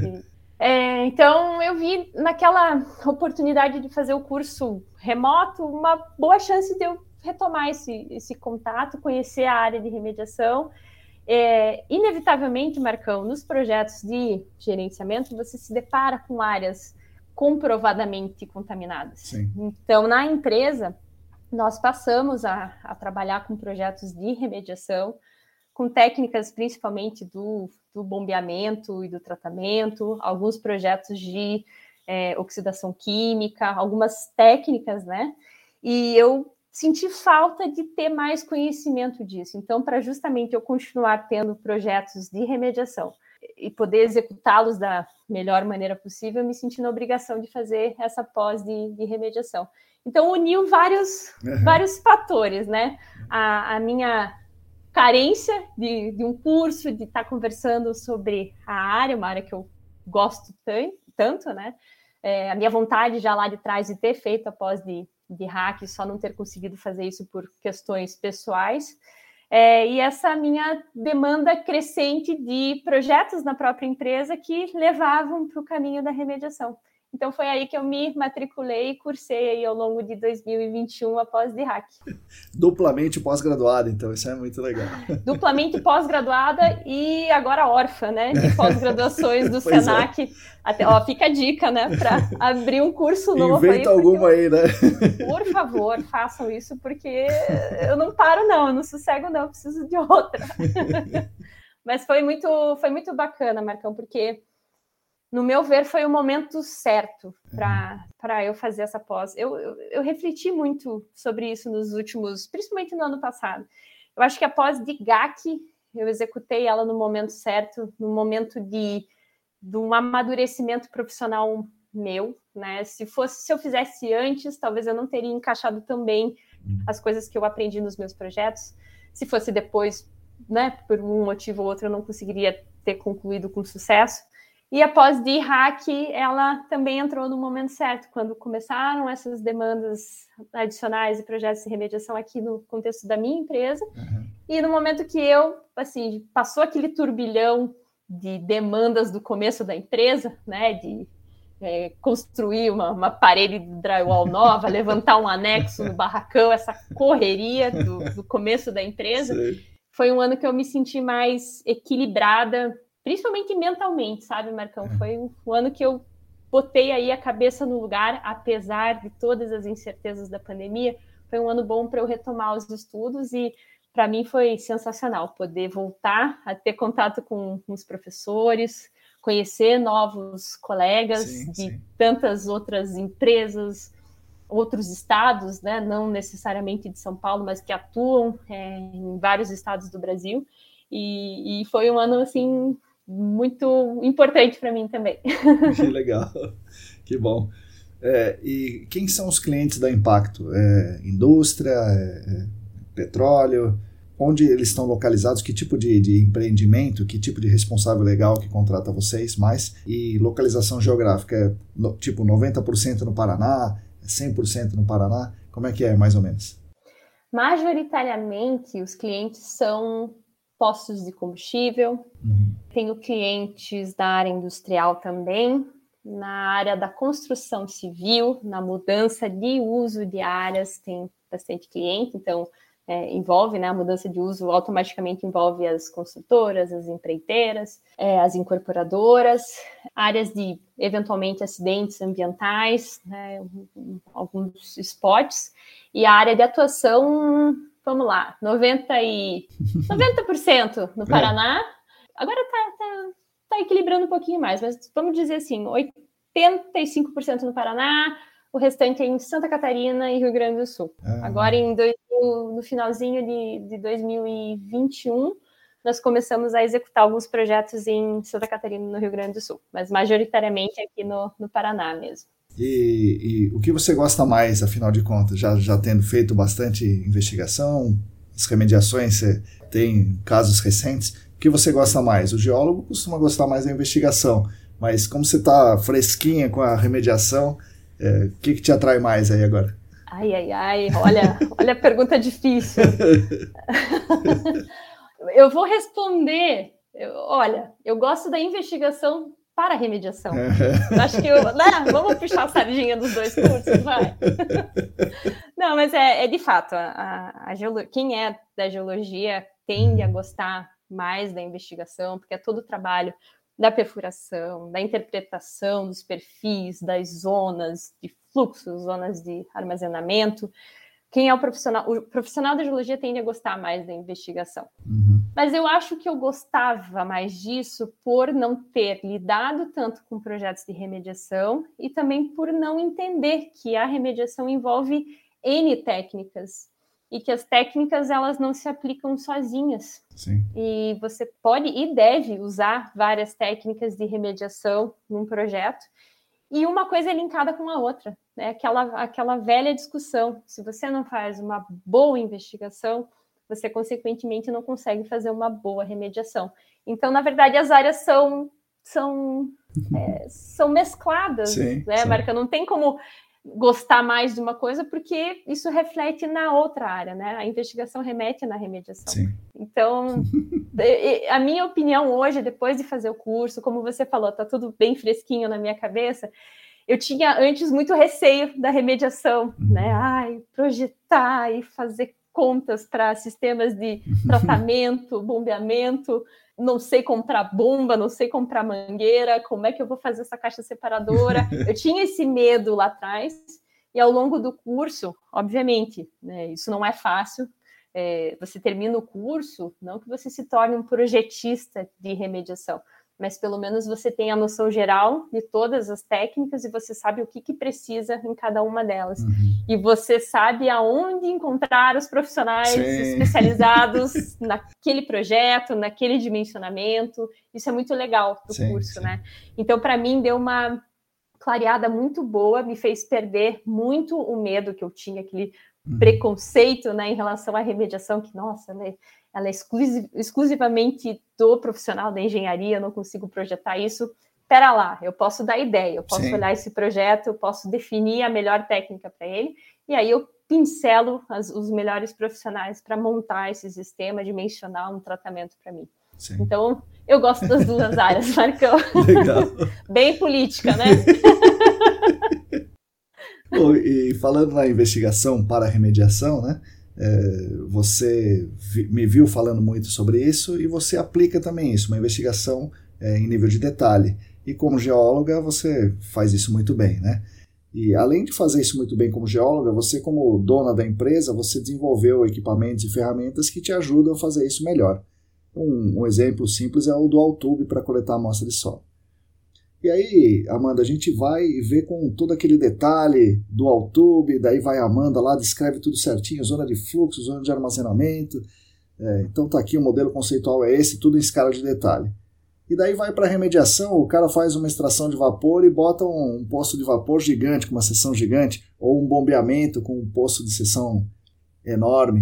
Então, eu vi naquela oportunidade de fazer o curso remoto uma boa chance de eu retomar esse contato, conhecer a área de remediação. Inevitavelmente, Marcão, nos projetos de gerenciamento, você se depara com áreas comprovadamente contaminadas. Sim. Então, na empresa, nós passamos a trabalhar com projetos de remediação, com técnicas principalmente do bombeamento e do tratamento, alguns projetos de oxidação química, algumas técnicas, né? E eu senti falta de ter mais conhecimento disso. Então, para justamente eu continuar tendo projetos de remediação e poder executá-los da melhor maneira possível, eu me senti na obrigação de fazer essa pós de remediação. Então, uniu vários fatores, né? A minha carência de um curso, de estar conversando sobre a área, uma área que eu gosto tanto, né? A minha vontade já lá de trás de ter feito a pós de hack, só não ter conseguido fazer isso por questões pessoais. E essa minha demanda crescente de projetos na própria empresa que levavam para o caminho da remediação. Então, foi aí que eu me matriculei e cursei aí ao longo de 2021 a pós de hack. Duplamente pós-graduada, então, isso é muito legal. Duplamente pós-graduada e agora órfã, né, de pós-graduações do Senac. Até, fica a dica, né, para abrir um curso novo. Inventa alguma aí, né? Por favor, façam isso, porque eu não paro não, eu não sossego não, eu preciso de outra. Mas foi muito bacana, Marcão, porque no meu ver, foi o momento certo para eu fazer essa pós. Eu refleti muito sobre isso nos últimos, principalmente no ano passado. Eu acho que a pós de GAC, eu executei ela no momento certo, no momento de um amadurecimento profissional meu, né? Se eu fizesse antes, talvez eu não teria encaixado tão bem as coisas que eu aprendi nos meus projetos. Se fosse depois, né, por um motivo ou outro, eu não conseguiria ter concluído com sucesso. E a pós de hack, ela também entrou no momento certo, quando começaram essas demandas adicionais e projetos de remediação aqui no contexto da minha empresa. E no momento que passou aquele turbilhão de demandas do começo da empresa, né, de construir uma parede de drywall nova, levantar um anexo no barracão, essa correria do começo da empresa, foi um ano que eu me senti mais equilibrada, principalmente mentalmente, sabe, Marcão? Foi um ano que eu botei aí a cabeça no lugar, apesar de todas as incertezas da pandemia. Foi um ano bom para eu retomar os estudos e, para mim, foi sensacional poder voltar a ter contato com os professores, conhecer novos colegas de tantas outras empresas, outros estados, né, não necessariamente de São Paulo, mas que atuam em vários estados do Brasil. E foi um ano, assim, muito importante para mim também. Que legal, que bom. E quem são os clientes da Impacto? Indústria, petróleo? Onde eles estão localizados? Que tipo de empreendimento? Que tipo de responsável legal que contrata vocês mais? E localização geográfica, tipo 90% no Paraná, 100% no Paraná? Como é que é, mais ou menos? Majoritariamente, os clientes são postos de combustível. Tenho clientes da área industrial também, na área da construção civil, na mudança de uso de áreas, tem bastante cliente, então envolve, né, a mudança de uso automaticamente envolve as construtoras, as empreiteiras, as incorporadoras, áreas de, eventualmente, acidentes ambientais, né, alguns spots, e a área de atuação, vamos lá, 90% no Paraná, agora está equilibrando um pouquinho mais, mas vamos dizer assim, 85% no Paraná, o restante é em Santa Catarina e Rio Grande do Sul. Agora, no finalzinho de 2021, nós começamos a executar alguns projetos em Santa Catarina e no Rio Grande do Sul, mas majoritariamente aqui no Paraná mesmo. E o que você gosta mais, afinal de contas? Já tendo feito bastante investigação, as remediações, você tem casos recentes, o que você gosta mais? O geólogo costuma gostar mais da investigação, mas como você está fresquinha com a remediação, o que te atrai mais aí agora? Ai, olha a pergunta difícil. Eu vou responder, eu gosto da investigação para a remediação. Acho que vamos puxar a sardinha dos dois cursos, vai. Não, mas de fato, quem é da geologia tende a gostar mais da investigação, porque é todo o trabalho da perfuração, da interpretação dos perfis, das zonas de fluxo, zonas de armazenamento. Quem é o profissional da geologia tende a gostar mais da investigação. Mas eu acho que eu gostava mais disso por não ter lidado tanto com projetos de remediação e também por não entender que a remediação envolve N técnicas e que as técnicas elas não se aplicam sozinhas. Sim. E você pode e deve usar várias técnicas de remediação num projeto e uma coisa é linkada com a outra, né? Aquela velha discussão. Se você não faz uma boa investigação, você, consequentemente, não consegue fazer uma boa remediação. Então, na verdade, as áreas são mescladas, sim, né, Marca? Não tem como gostar mais de uma coisa, porque isso reflete na outra área, né? A investigação remete na remediação. Sim. Então, a minha opinião hoje, depois de fazer o curso, como você falou, tá tudo bem fresquinho na minha cabeça, eu tinha antes muito receio da remediação, né? Projetar e fazer contas para sistemas de tratamento, bombeamento, não sei comprar bomba, não sei comprar mangueira, como é que eu vou fazer essa caixa separadora? Eu tinha esse medo lá atrás, e ao longo do curso, obviamente, né, isso não é fácil, você termina o curso, não que você se torne um projetista de remediação, mas pelo menos você tem a noção geral de todas as técnicas e você sabe o que precisa em cada uma delas. E você sabe aonde encontrar os profissionais especializados naquele projeto, naquele dimensionamento. Isso é muito legal do curso, né? Então, para mim, deu uma clareada muito boa, me fez perder muito o medo que eu tinha, aquele preconceito, né, em relação à remediação, que, nossa, ela é exclusivamente do profissional da engenharia, eu não consigo projetar isso. Espera lá, eu posso dar ideia, eu posso olhar esse projeto, eu posso definir a melhor técnica para ele, e aí eu pincelo os melhores profissionais para montar esse sistema, dimensionar um tratamento para mim. Sim. Então, eu gosto das duas áreas, Marcão. Legal. Bem política, né? Bom, e falando na investigação para a remediação, né? Você me viu falando muito sobre isso e você aplica também isso, uma investigação em nível de detalhe. E como geóloga, você faz isso muito bem, né? E além de fazer isso muito bem como geóloga, você, como dona da empresa, você desenvolveu equipamentos e ferramentas que te ajudam a fazer isso melhor. Um exemplo simples é o Dual Tube para coletar amostra de solo. E aí, Amanda, a gente vai e vê com todo aquele detalhe do Altube, daí vai a Amanda lá, descreve tudo certinho, zona de fluxo, zona de armazenamento. Então tá aqui, o modelo conceitual é esse, tudo em escala de detalhe. E daí vai para a remediação, o cara faz uma extração de vapor e bota um poço de vapor gigante, com uma seção gigante, ou um bombeamento com um poço de seção enorme.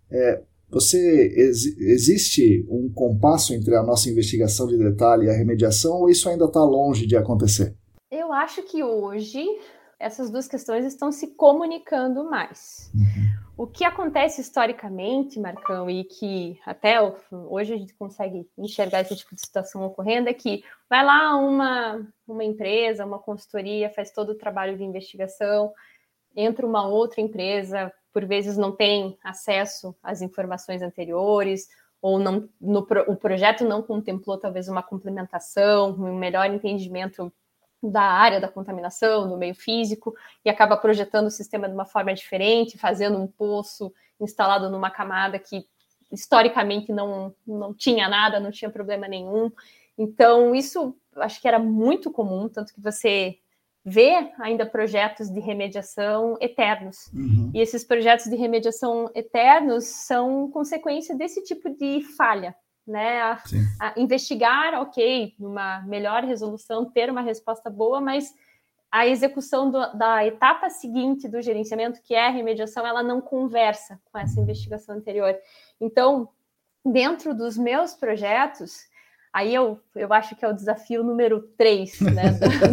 Existe um compasso entre a nossa investigação de detalhe e a remediação, ou isso ainda está longe de acontecer? Eu acho que hoje essas duas questões estão se comunicando mais. O que acontece historicamente, Marcão, e que até hoje a gente consegue enxergar esse tipo de situação ocorrendo, é que vai lá uma empresa, uma consultoria, faz todo o trabalho de investigação, entra uma outra empresa, por vezes não tem acesso às informações anteriores, ou não, o projeto não contemplou talvez uma complementação, um melhor entendimento da área da contaminação, do meio físico, e acaba projetando o sistema de uma forma diferente, fazendo um poço instalado numa camada que historicamente não tinha nada, não tinha problema nenhum. Então, isso acho que era muito comum, tanto que você vê ainda projetos de remediação eternos. E esses projetos de remediação eternos são consequência desse tipo de falha, né? A investigar, ok, numa melhor resolução, ter uma resposta boa, mas a execução da etapa seguinte do gerenciamento, que é a remediação, ela não conversa com essa investigação anterior. Então, dentro dos meus projetos, aí eu acho que é o desafio número 3, né,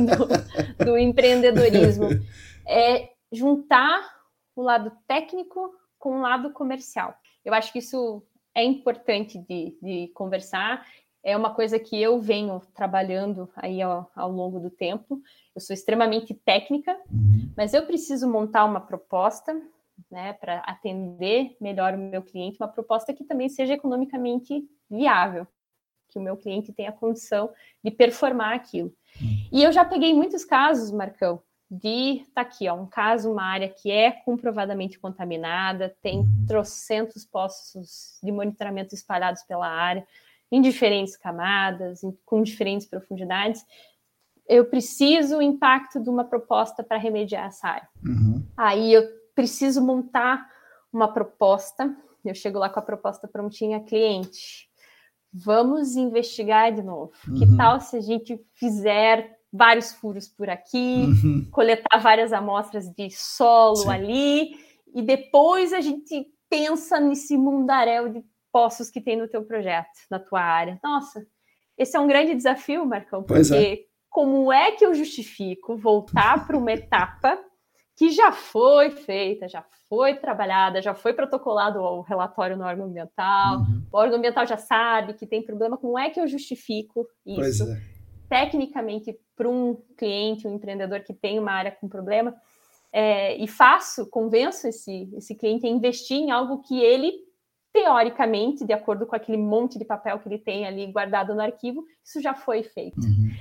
do empreendedorismo, é juntar o lado técnico com o lado comercial. Eu acho que isso é importante de conversar, é uma coisa que eu venho trabalhando aí ao longo do tempo. Eu sou extremamente técnica, mas eu preciso montar uma proposta, né, para atender melhor o meu cliente, uma proposta que também seja economicamente viável, que o meu cliente tenha condição de performar aquilo. E eu já peguei muitos casos, Marcão, tá aqui, ó, um caso, uma área que é comprovadamente contaminada, tem trocentos postos de monitoramento espalhados pela área, em diferentes camadas, com diferentes profundidades. Eu preciso o impacto de uma proposta para remediar essa área. Aí eu preciso montar uma proposta, eu chego lá com a proposta prontinha, cliente, vamos investigar de novo. Que tal se a gente fizer vários furos por aqui, coletar várias amostras de solo ali, e depois a gente pensa nesse mundaréu de poços que tem no teu projeto, na tua área. Nossa, esse é um grande desafio, Marcão, porque como é que eu justifico voltar para uma etapa que já foi feita, já foi trabalhada, já foi protocolado o relatório no órgão ambiental, o órgão ambiental já sabe que tem problema, como é que eu justifico isso tecnicamente para um cliente, um empreendedor que tem uma área com problema, e convenço esse cliente a investir em algo que ele, teoricamente, de acordo com aquele monte de papel que ele tem ali guardado no arquivo, isso já foi feito.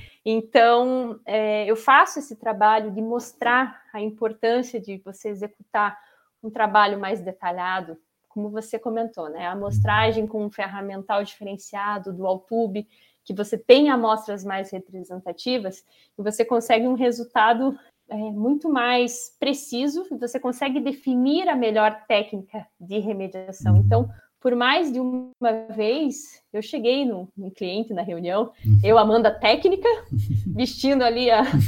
Então, eu faço esse trabalho de mostrar a importância de você executar um trabalho mais detalhado, como você comentou, né? A amostragem com um ferramental diferenciado do Altube, que você tem amostras mais representativas, e você consegue um resultado muito mais preciso, e você consegue definir a melhor técnica de remediação. Então, por mais de uma vez, eu cheguei no cliente na reunião, eu, Amanda técnica, vestindo ali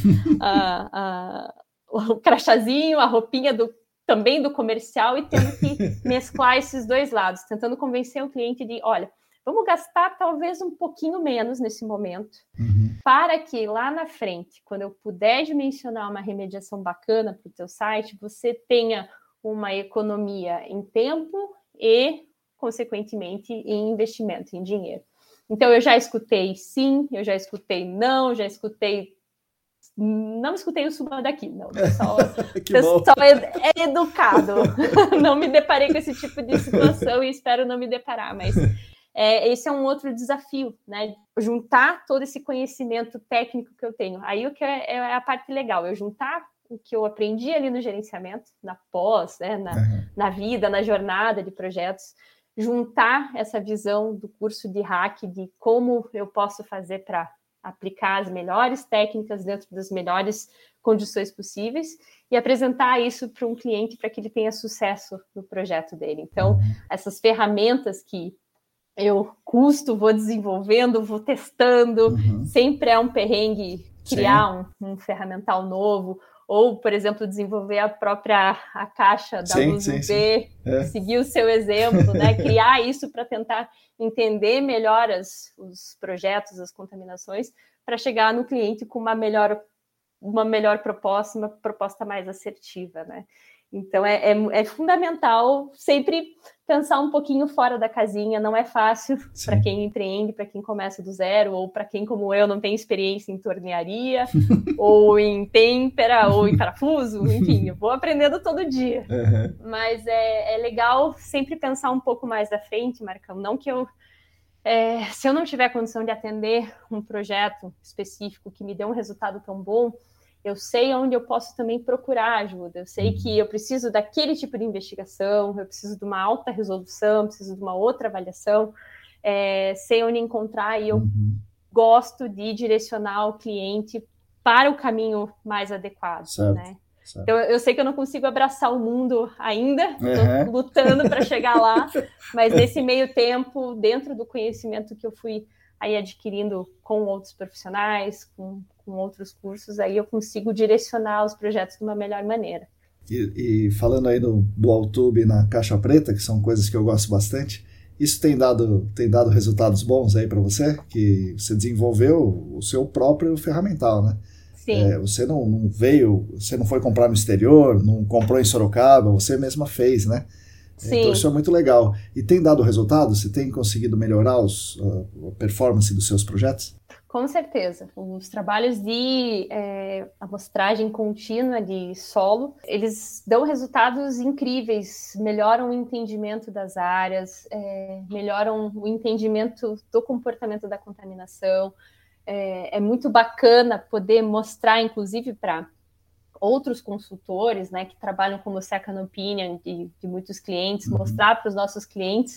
o crachazinho, a roupinha também do comercial, e tendo que mesclar esses dois lados, tentando convencer o cliente de, olha, vamos gastar talvez um pouquinho menos nesse momento, para que lá na frente, quando eu puder dimensionar uma remediação bacana para o teu site, você tenha uma economia em tempo e, consequentemente, em investimento, em dinheiro. Então, eu já escutei sim, eu já escutei não, não escutei o suma daqui, não. O pessoal é educado. Não me deparei com esse tipo de situação e espero não me deparar, mas esse é um outro desafio, né? Juntar todo esse conhecimento técnico que eu tenho. Aí o que é a parte legal, eu juntar o que eu aprendi ali no gerenciamento, na pós, né? Na vida, na jornada de projetos, juntar essa visão do curso de hack, de como eu posso fazer para aplicar as melhores técnicas dentro das melhores condições possíveis e apresentar isso para um cliente para que ele tenha sucesso no projeto dele. Então, essas ferramentas que eu vou desenvolvendo, vou testando, sempre é um perrengue criar um ferramental novo, ou, por exemplo, desenvolver a caixa da luz UV, seguir o seu exemplo, né? Criar isso para tentar entender melhor os projetos, as contaminações, para chegar no cliente com uma melhor proposta, uma proposta mais assertiva, né? Então, é fundamental sempre pensar um pouquinho fora da casinha. Não é fácil para quem empreende, para quem começa do zero, ou para quem, como eu, não tem experiência em tornearia, ou em têmpera, ou em parafuso. Enfim, eu vou aprendendo todo dia. Mas é legal sempre pensar um pouco mais à frente, Marcão. Não que se eu não tiver condição de atender um projeto específico que me dê um resultado tão bom, eu sei onde eu posso também procurar ajuda. Eu sei que eu preciso daquele tipo de investigação, eu preciso de uma alta resolução, preciso de uma outra avaliação, sei onde encontrar, e eu gosto de direcionar o cliente para o caminho mais adequado, né? Então, eu sei que eu não consigo abraçar o mundo ainda, estou lutando para chegar lá, mas nesse meio tempo, dentro do conhecimento que eu fui aí adquirindo com outros profissionais, com outros cursos, aí eu consigo direcionar os projetos de uma melhor maneira. E falando aí do Altube na caixa preta, que são coisas que eu gosto bastante, isso tem dado resultados bons aí para você? Que você desenvolveu o seu próprio ferramental, né? Sim. Você você não foi comprar no exterior, não comprou em Sorocaba, você mesma fez, né? Sim. Então isso é muito legal. E tem dado resultado? Você tem conseguido melhorar a performance dos seus projetos? Com certeza. Os trabalhos de amostragem contínua de solo, eles dão resultados incríveis, melhoram o entendimento das áreas, melhoram o entendimento do comportamento da contaminação. É muito bacana poder mostrar, inclusive, para outros consultores, né, que trabalham como second opinion de muitos clientes, mostrar para os nossos clientes.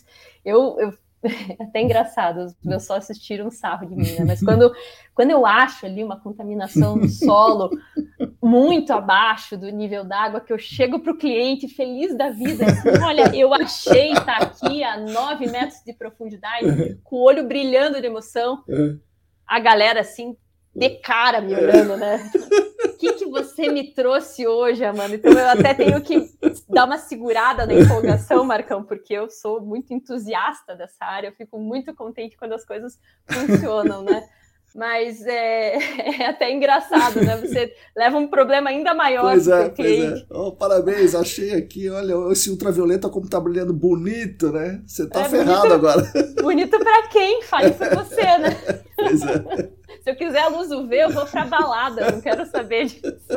É até engraçado, os meus sócios tiram sarro de mim, né? Mas quando eu acho ali uma contaminação no solo muito abaixo do nível d'água, que eu chego para o cliente feliz da vida, assim, olha, eu achei, tá aqui a 9 metros de profundidade, com o olho brilhando de emoção, a galera assim, de cara me olhando, né? O que você me trouxe hoje, Amanda? Então eu até tenho que dar uma segurada na empolgação, Marcão, porque eu sou muito entusiasta dessa área, eu fico muito contente quando as coisas funcionam, né? Mas é até engraçado, né? Você leva um problema ainda maior para o cliente. Oh, parabéns, achei aqui, olha, esse ultravioleta como tá brilhando bonito, né? Você tá ferrado agora. Bonito para quem? Fale por você, né? Pois é. Se eu quiser a luz UV, eu vou para balada, não quero saber disso.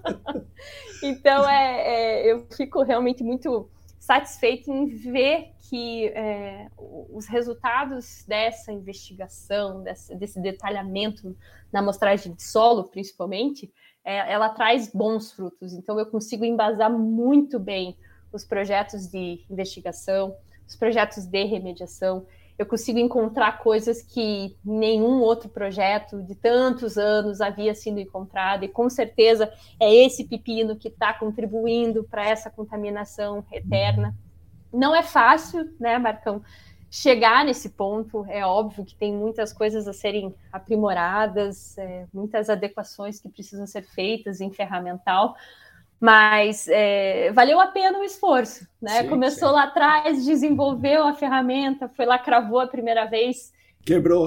Então, eu fico realmente muito satisfeita em ver que os resultados dessa investigação, desse detalhamento na amostragem de solo, principalmente, ela traz bons frutos. Então, eu consigo embasar muito bem os projetos de investigação, os projetos de remediação. Eu consigo encontrar coisas que nenhum outro projeto de tantos anos havia sido encontrado, e com certeza é esse pepino que está contribuindo para essa contaminação eterna. Não é fácil, né, Marcão, chegar nesse ponto. É óbvio que tem muitas coisas a serem aprimoradas, muitas adequações que precisam ser feitas em ferramental, mas valeu a pena o esforço, né? Sim, começou lá atrás, desenvolveu a ferramenta, foi lá, cravou a primeira vez, quebrou.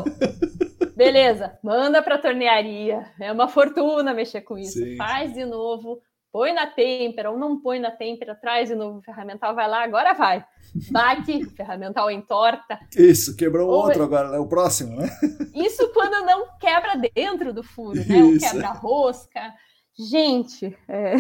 Beleza, manda para a tornearia, é uma fortuna mexer com isso. Sim. Faz de novo, põe na têmpera ou não põe na têmpera, traz de novo o ferramental, vai lá, agora vai. Bate, o ferramental entorta. Isso, quebrou outro agora, é o próximo, né? Isso quando não quebra dentro do furo, né? Ou quebra rosca. Gente,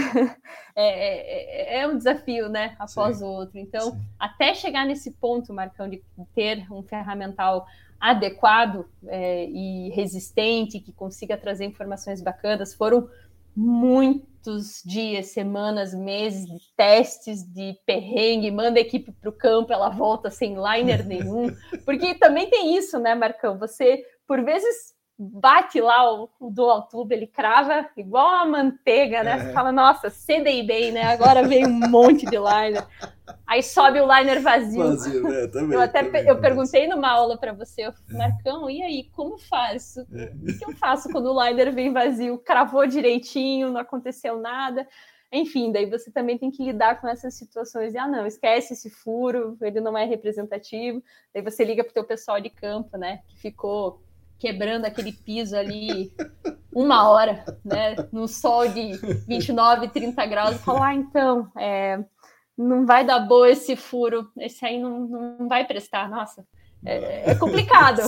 é um desafio, né? Após o outro. Então, até chegar nesse ponto, Marcão, de ter um ferramental adequado e resistente, que consiga trazer informações bacanas, foram muitos dias, semanas, meses de testes, de perrengue, manda a equipe para o campo, ela volta sem liner nenhum, porque também tem isso, né, Marcão? Você, por vezes, bate lá o dual tube, ele crava igual a manteiga, né? Você fala, nossa, cedei bem, né? Agora veio um monte de liner. Aí sobe o liner vazio. Vazio, né? Também, eu perguntei numa aula para você, Marcão, e aí, como faço? O que eu faço quando o liner vem vazio? Cravou direitinho, não aconteceu nada. Enfim, daí você também tem que lidar com essas situações de, não, esquece esse furo, ele não é representativo. Daí você liga pro teu pessoal de campo, né, que ficou quebrando aquele piso ali 1 hora, né, no sol de 29, 30 graus, e fala, então, não vai dar boa esse furo, esse aí não vai prestar, nossa, é complicado.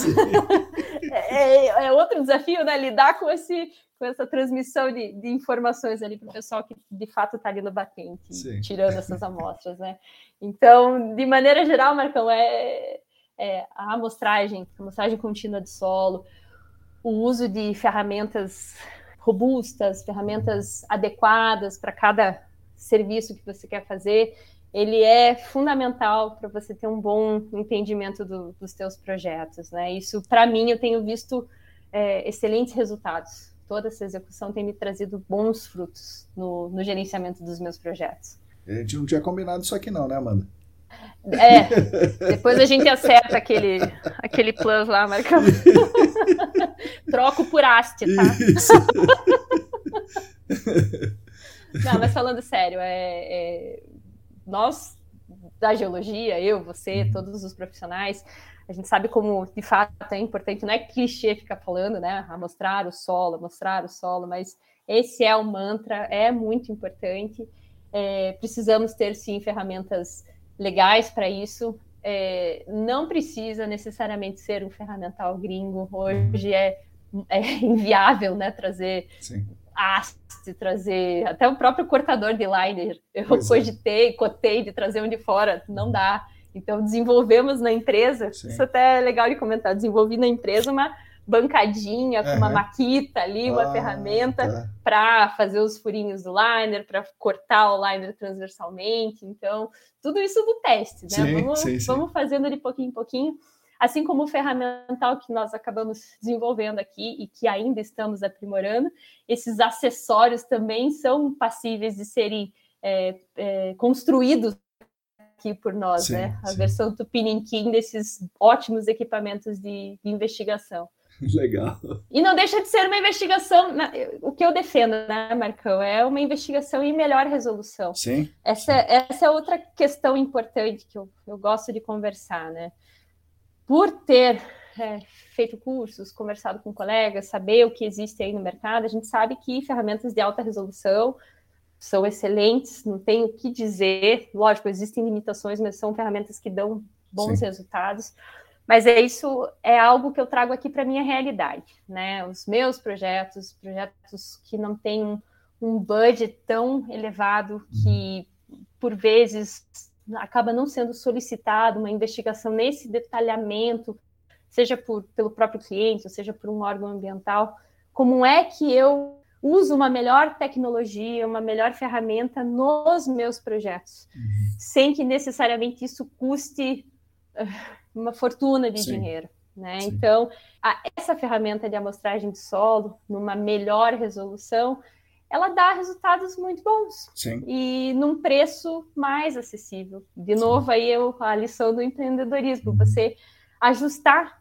É outro desafio, né, lidar com essa transmissão de informações ali para o pessoal que de fato está ali no batente, sim, tirando essas amostras, né? Então, de maneira geral, Marcão, a amostragem contínua de solo, o uso de ferramentas robustas, ferramentas adequadas para cada serviço que você quer fazer, ele é fundamental para você ter um bom entendimento dos teus projetos, né? Isso, para mim, eu tenho visto excelentes resultados. Toda essa execução tem me trazido bons frutos no gerenciamento dos meus projetos. A gente não tinha combinado isso aqui não, né, Amanda? Depois a gente acerta aquele plus lá, Marcão. Troco por haste, tá? Isso. Não, mas falando sério, nós da geologia, eu, você, todos os profissionais, a gente sabe como, de fato, é importante, não é clichê ficar falando, né, mostrar o solo, mas esse é o mantra, é muito importante, precisamos ter, sim, ferramentas legais para isso, não precisa necessariamente ser um ferramental gringo, hoje é inviável, né, trazer haste, trazer até o próprio cortador de liner, eu cotei de trazer um de fora, não dá. Então, desenvolvemos na empresa, isso até é legal de comentar, desenvolvi na empresa uma bancadinha com uma maquita ali, uma ferramenta para fazer os furinhos do liner, para cortar o liner transversalmente. Então, tudo isso do teste, né? Vamos fazendo de pouquinho em pouquinho. Assim como o ferramental que nós acabamos desenvolvendo aqui e que ainda estamos aprimorando, esses acessórios também são passíveis de serem construídos aqui por nós, né? A versão Tupiniquim desses ótimos equipamentos de investigação. Legal. E não deixa de ser uma investigação, o que eu defendo, né, Marcão, é uma investigação em melhor resolução. Sim. Essa é outra questão importante que eu gosto de conversar, né? Por ter feito cursos, conversado com colegas, saber o que existe aí no mercado, a gente sabe que ferramentas de alta resolução são excelentes, não tenho o que dizer, lógico, existem limitações, mas são ferramentas que dão bons resultados, mas isso é algo que eu trago aqui para a minha realidade, né? Os meus projetos que não têm um budget tão elevado, que por vezes acaba não sendo solicitado uma investigação nesse detalhamento, seja pelo próprio cliente, ou seja por um órgão ambiental, como é que eu uso uma melhor tecnologia, uma melhor ferramenta nos meus projetos, sem que necessariamente isso custe uma fortuna de dinheiro, né? Então, essa ferramenta de amostragem de solo, numa melhor resolução, ela dá resultados muito bons. E num preço mais acessível. De novo, aí a lição do empreendedorismo, você ajustar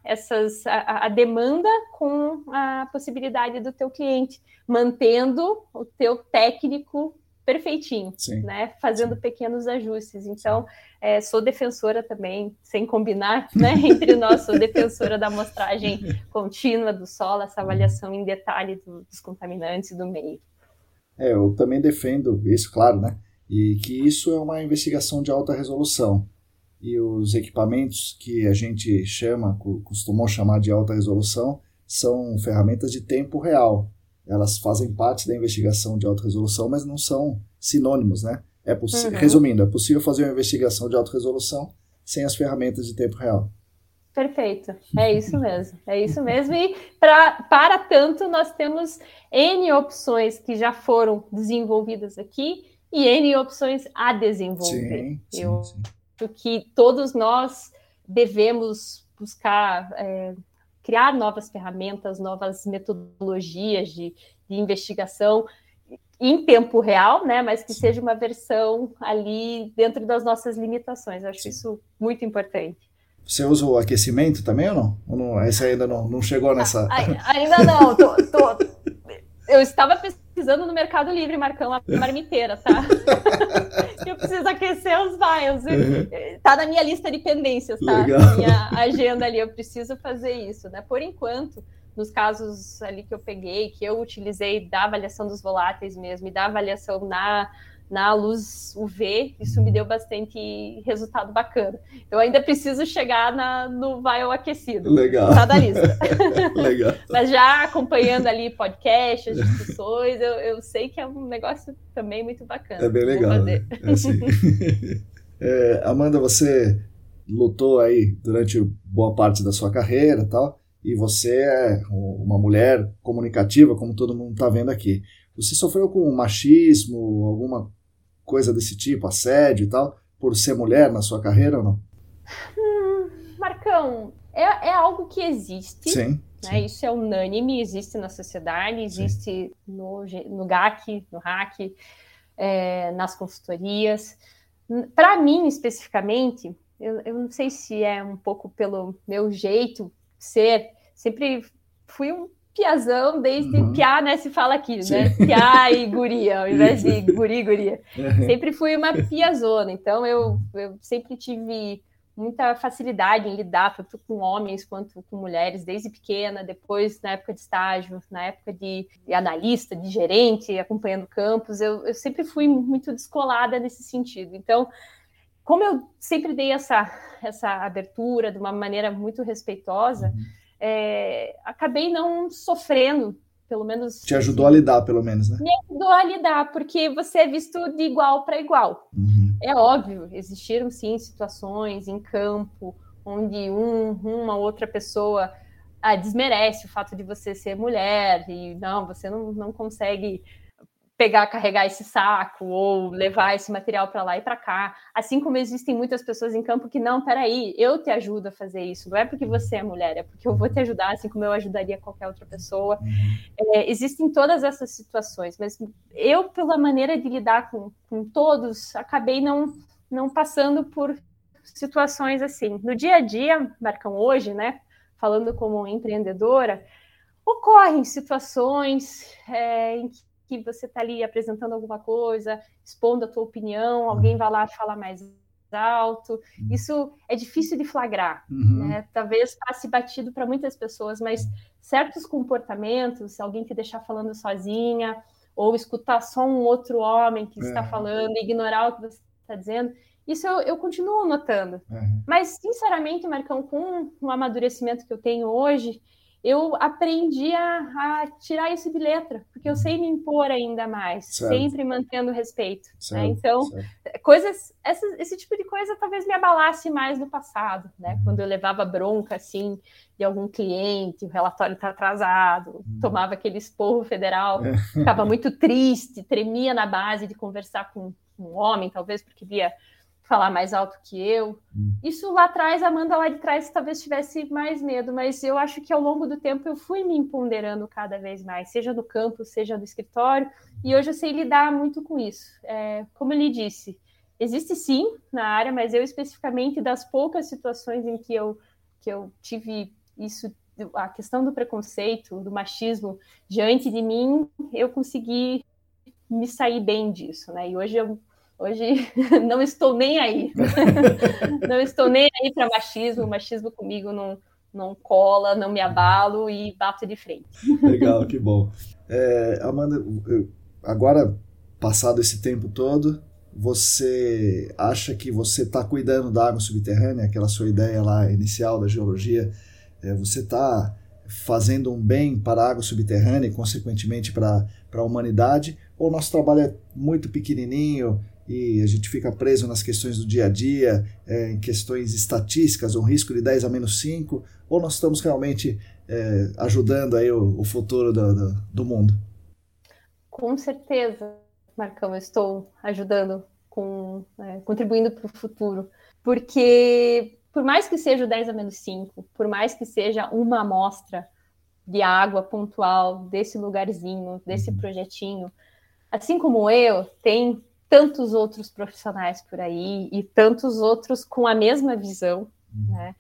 a demanda com a possibilidade do teu cliente, mantendo o teu técnico perfeitinho, né? Fazendo pequenos ajustes. Então, sou defensora também, sem combinar, né? Entre nós, sou defensora da amostragem contínua do solo, essa avaliação em detalhe dos contaminantes do meio. Eu também defendo isso, claro, né? E que isso é uma investigação de alta resolução. E os equipamentos que a gente costumou chamar de alta resolução, são ferramentas de tempo real. Elas fazem parte da investigação de alta resolução, mas não são sinônimos, né? Resumindo, é possível fazer uma investigação de alta resolução sem as ferramentas de tempo real. Perfeito, é isso mesmo, e para tanto nós temos N opções que já foram desenvolvidas aqui e N opções a desenvolver. Eu acho que todos nós devemos buscar criar novas ferramentas, novas metodologias de investigação em tempo real, né? Mas que seja uma versão ali dentro das nossas limitações. Eu acho isso muito importante. Você usa o aquecimento também ou não? Esse ainda não chegou nessa... Ainda não. Eu estava pesquisando no Mercado Livre, Marcão, a marmiteira, tá? Eu preciso aquecer os vials. Tá na minha lista de pendências, tá? Legal. Na minha agenda ali, eu preciso fazer isso, né? Por enquanto, nos casos ali que eu peguei, que eu utilizei da avaliação dos voláteis mesmo e da avaliação na luz UV, isso me deu bastante resultado bacana. Eu ainda preciso chegar no vial aquecido. Legal. Tá da lista. Legal. Mas já acompanhando ali podcasts, discussões, eu sei que é um negócio também muito bacana. É bem legal, né? Assim. Amanda, você lutou aí durante boa parte da sua carreira e tal, e você é uma mulher comunicativa, como todo mundo está vendo aqui. Você sofreu com machismo, alguma coisa desse tipo, assédio e tal, por ser mulher na sua carreira ou não? Marcão, é algo que existe. Sim. Né? Sim. Isso é unânime, existe na sociedade, existe no GAC, no RAC, nas consultorias. Para mim, especificamente, eu não sei se é um pouco pelo meu jeito de ser, sempre fui um piazão, desde piá, né, se fala aqui, né, piá e guria, ao invés de guria. Sempre fui uma piazona, então eu sempre tive muita facilidade em lidar tanto com homens quanto com mulheres, desde pequena, depois na época de estágio, na época de analista, de gerente, acompanhando campos, eu sempre fui muito descolada nesse sentido. Então, como eu sempre dei essa abertura de uma maneira muito respeitosa, acabei não sofrendo, pelo menos... Te ajudou a lidar, pelo menos, né? Me ajudou a lidar, porque você é visto de igual para igual. É óbvio, existiram sim situações em campo onde uma outra pessoa desmerece o fato de você ser mulher e não, você não consegue carregar esse saco ou levar esse material para lá e para cá. Assim como existem muitas pessoas em campo que não, peraí, eu te ajudo a fazer isso. Não é porque você é mulher, é porque eu vou te ajudar, assim como eu ajudaria qualquer outra pessoa. Existem todas essas situações, mas eu, pela maneira de lidar com todos, acabei não passando por situações assim. No dia a dia, Marcão, hoje, né, falando como empreendedora, ocorrem situações em que você está ali apresentando alguma coisa, expondo a tua opinião, alguém vai lá falar mais alto. Isso é difícil de flagrar, né? Talvez passe batido para muitas pessoas, mas certos comportamentos, se alguém te deixar falando sozinha, ou escutar só um outro homem que está falando, ignorar o que você está dizendo, isso eu continuo notando. Mas, sinceramente, Marcão, com o amadurecimento que eu tenho hoje, eu aprendi a tirar isso de letra, porque eu sei me impor ainda mais, sempre mantendo respeito. Né? Então, esse tipo de coisa talvez me abalasse mais no passado, né? Quando eu levava bronca, assim, de algum cliente, o relatório está atrasado, tomava aquele esporro federal, ficava muito triste, tremia na base de conversar com um homem, talvez porque via falar mais alto que eu. Isso lá atrás, a Amanda lá de trás talvez tivesse mais medo, mas eu acho que ao longo do tempo eu fui me empoderando cada vez mais, seja no campo, seja no escritório, e hoje eu sei lidar muito com isso. Como eu lhe disse, existe sim na área, mas eu especificamente, das poucas situações em que eu tive isso, a questão do preconceito, do machismo diante de mim, eu consegui me sair bem disso, né? E hoje não estou nem aí. Não estou nem aí para machismo. O machismo comigo não cola, não me abalo e bato de frente. Legal, que bom. Amanda, agora, passado esse tempo todo, você acha que você está cuidando da água subterrânea, aquela sua ideia lá inicial da geologia, você está fazendo um bem para a água subterrânea e, consequentemente, para a humanidade, ou nosso trabalho é muito pequenininho e a gente fica preso nas questões do dia a dia, em questões estatísticas, um risco de 10-5, ou nós estamos realmente ajudando aí o futuro do mundo? Com certeza, Marcão, eu estou ajudando, contribuindo para o futuro, porque por mais que seja o 10 a -5, por mais que seja uma amostra de água pontual desse lugarzinho, desse projetinho, assim como eu, tem tantos outros profissionais por aí e tantos outros com a mesma visão, né?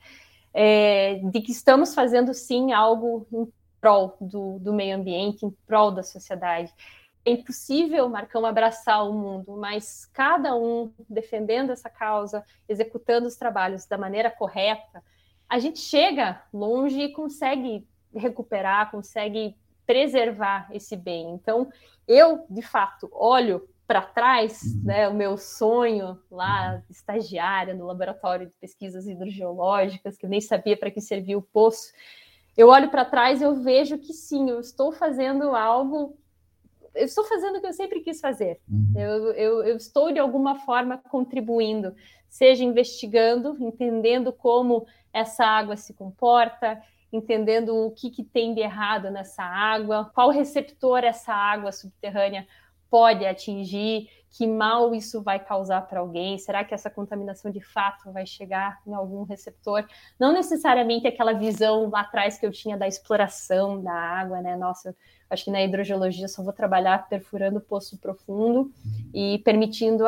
De que estamos fazendo sim algo em prol do meio ambiente, em prol da sociedade. É impossível, Marcão, abraçar o mundo, mas cada um defendendo essa causa, executando os trabalhos da maneira correta, a gente chega longe e consegue recuperar, consegue preservar esse bem. Então, eu, de fato, olho para trás, né, o meu sonho lá, estagiária no laboratório de pesquisas hidrogeológicas, que eu nem sabia para que servia o poço, eu olho para trás e eu vejo que sim, eu estou fazendo algo, eu estou fazendo o que eu sempre quis fazer. Eu estou, de alguma forma, contribuindo, seja investigando, entendendo como essa água se comporta, entendendo o que tem de errado nessa água, qual receptor essa água subterrânea pode atingir, que mal isso vai causar para alguém, será que essa contaminação de fato vai chegar em algum receptor? Não necessariamente aquela visão lá atrás que eu tinha da exploração da água, né? Nossa, acho que na hidrogeologia só vou trabalhar perfurando poço profundo e permitindo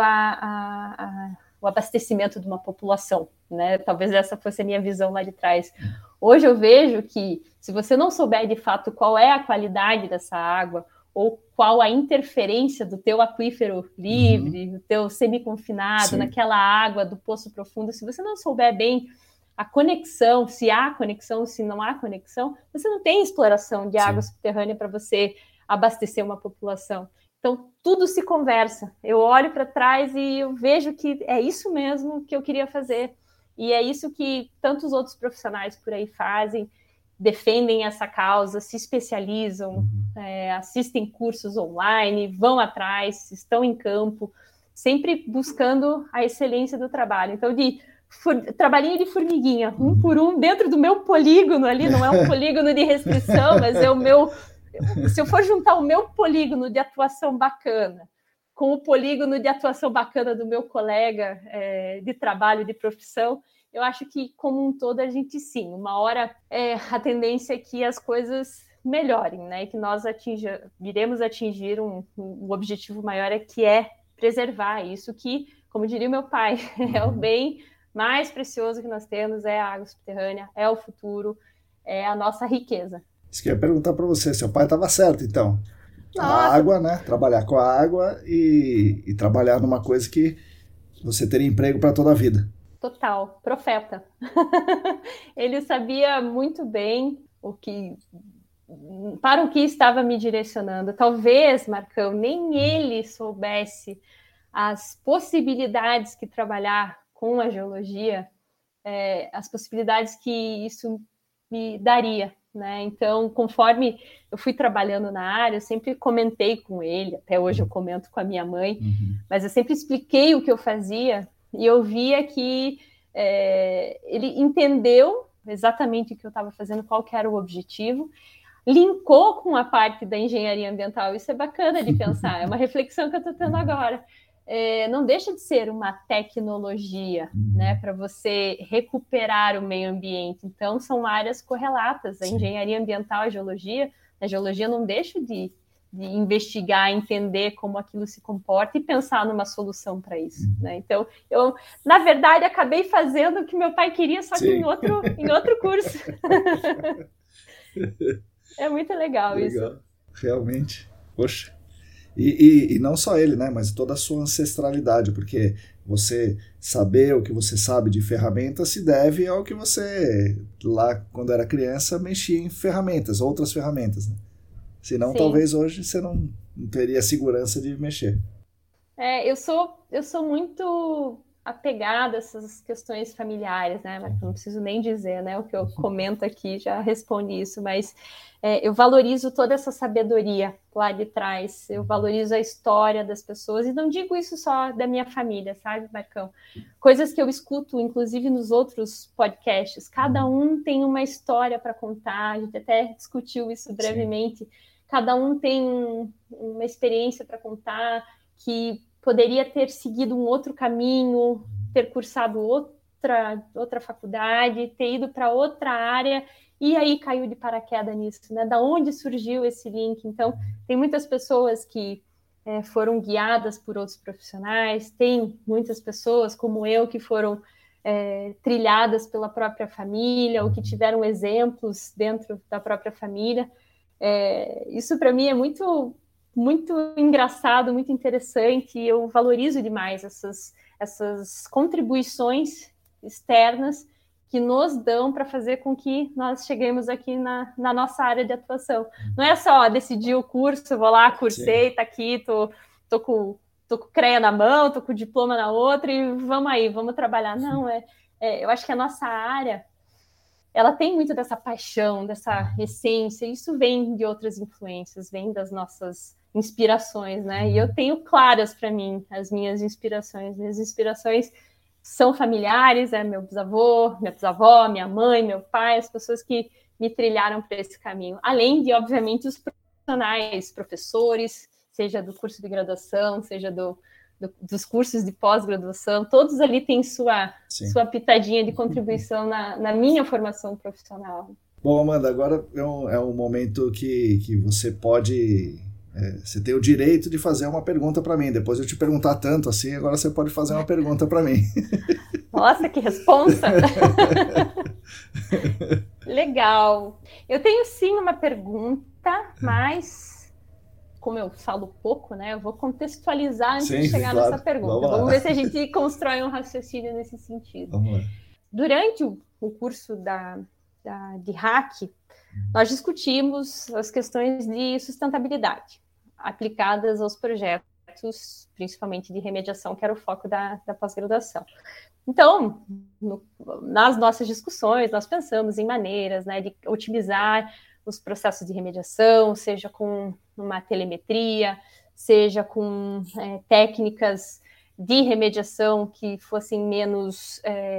o abastecimento de uma população, né? Talvez essa fosse a minha visão lá de trás. Hoje eu vejo que se você não souber de fato qual é a qualidade dessa água, ou qual a interferência do teu aquífero livre, do teu semi-confinado, naquela água do poço profundo, se você não souber bem a conexão, se há conexão, se não há conexão, você não tem exploração de água subterrânea para você abastecer uma população. Então, tudo se conversa. Eu olho para trás e eu vejo que é isso mesmo que eu queria fazer. E é isso que tantos outros profissionais por aí fazem, defendem essa causa, se especializam, assistem cursos online, vão atrás, estão em campo, sempre buscando a excelência do trabalho. Então, trabalhinho de formiguinha, um por um, dentro do meu polígono ali, não é um polígono de restrição, mas é o meu... Se eu for juntar o meu polígono de atuação bacana com o polígono de atuação bacana do meu colega de trabalho, de profissão, eu acho que, como um todo, a gente sim, uma hora a tendência é que as coisas melhorem, né? Que nós viremos atingir um objetivo maior, que é preservar isso que, como diria o meu pai, é o bem mais precioso que nós temos, é a água subterrânea, é o futuro, é a nossa riqueza. Isso que eu ia perguntar para você, seu pai estava certo, então. Nossa. A água, né? Trabalhar com a água e trabalhar numa coisa que você teria emprego para toda a vida. Total, profeta. Ele sabia muito bem para o que estava me direcionando. Talvez, Marcão, nem ele soubesse as possibilidades que trabalhar com a geologia, as possibilidades que isso me daria, né? Então, conforme eu fui trabalhando na área, eu sempre comentei com ele, até hoje eu comento com a minha mãe, mas eu sempre expliquei o que eu fazia, e eu via que ele entendeu exatamente o que eu estava fazendo, qual que era o objetivo, linkou com a parte da engenharia ambiental. Isso é bacana de pensar, é uma reflexão que eu estou tendo agora. Não deixa de ser uma tecnologia, né, para você recuperar o meio ambiente. Então, são áreas correlatas, a engenharia ambiental, a geologia não deixa de investigar, entender como aquilo se comporta e pensar numa solução para isso, né? Então, eu, na verdade, acabei fazendo o que meu pai queria, só que em outro curso. É muito legal isso. Realmente. Poxa. E não só ele, né? Mas toda a sua ancestralidade, porque você saber o que você sabe de ferramentas se deve ao que você, lá quando era criança, mexia em ferramentas, outras ferramentas, né? Senão, talvez hoje você não teria segurança de mexer. Eu sou muito apegada a essas questões familiares, né? Mas não preciso nem dizer, né? O que eu comento aqui já responde isso, mas eu valorizo toda essa sabedoria lá de trás, eu valorizo a história das pessoas, e não digo isso só da minha família, sabe, Marcão? Coisas que eu escuto, inclusive nos outros podcasts, cada um tem uma história para contar, a gente até discutiu isso brevemente. Cada um tem uma experiência para contar, que poderia ter seguido um outro caminho, ter cursado outra faculdade, ter ido para outra área, e aí caiu de paraquedas nisso, né? Da onde surgiu esse link? Então, tem muitas pessoas que foram guiadas por outros profissionais, tem muitas pessoas como eu que foram trilhadas pela própria família, ou que tiveram exemplos dentro da própria família. Isso para mim é muito, muito engraçado, muito interessante, e eu valorizo demais essas contribuições externas que nos dão para fazer com que nós cheguemos aqui na nossa área de atuação. Não é só decidir o curso, vou lá, cursei, tá aqui, tô com o CREA na mão, tô com o diploma na outra e vamos aí, vamos trabalhar. Não, eu acho que a nossa área, ela tem muito dessa paixão, dessa essência, isso vem de outras influências, vem das nossas inspirações, né? E eu tenho claras para mim as minhas inspirações. Minhas inspirações são familiares, meu bisavô, minha bisavó, minha mãe, meu pai, as pessoas que me trilharam para esse caminho. Além de, obviamente, os profissionais, professores, seja do curso de graduação, seja dos cursos de pós-graduação, todos ali têm sua pitadinha de contribuição na minha formação profissional. Bom, Amanda, agora é um momento que você pode... você tem o direito de fazer uma pergunta para mim. Depois eu te perguntar tanto assim, agora você pode fazer uma pergunta para mim. Nossa, que responsa! Legal. Eu tenho sim uma pergunta, mas como eu falo pouco, né? Eu vou contextualizar antes de chegar nessa pergunta. Vamos ver se a gente constrói um raciocínio nesse sentido. Vamos lá. Durante o curso de RAC, nós discutimos as questões de sustentabilidade aplicadas aos projetos, principalmente de remediação, que era o foco da pós-graduação. Então, nas nossas discussões, nós pensamos em maneiras, né, de otimizar os processos de remediação, seja com uma telemetria, seja com técnicas de remediação que fossem menos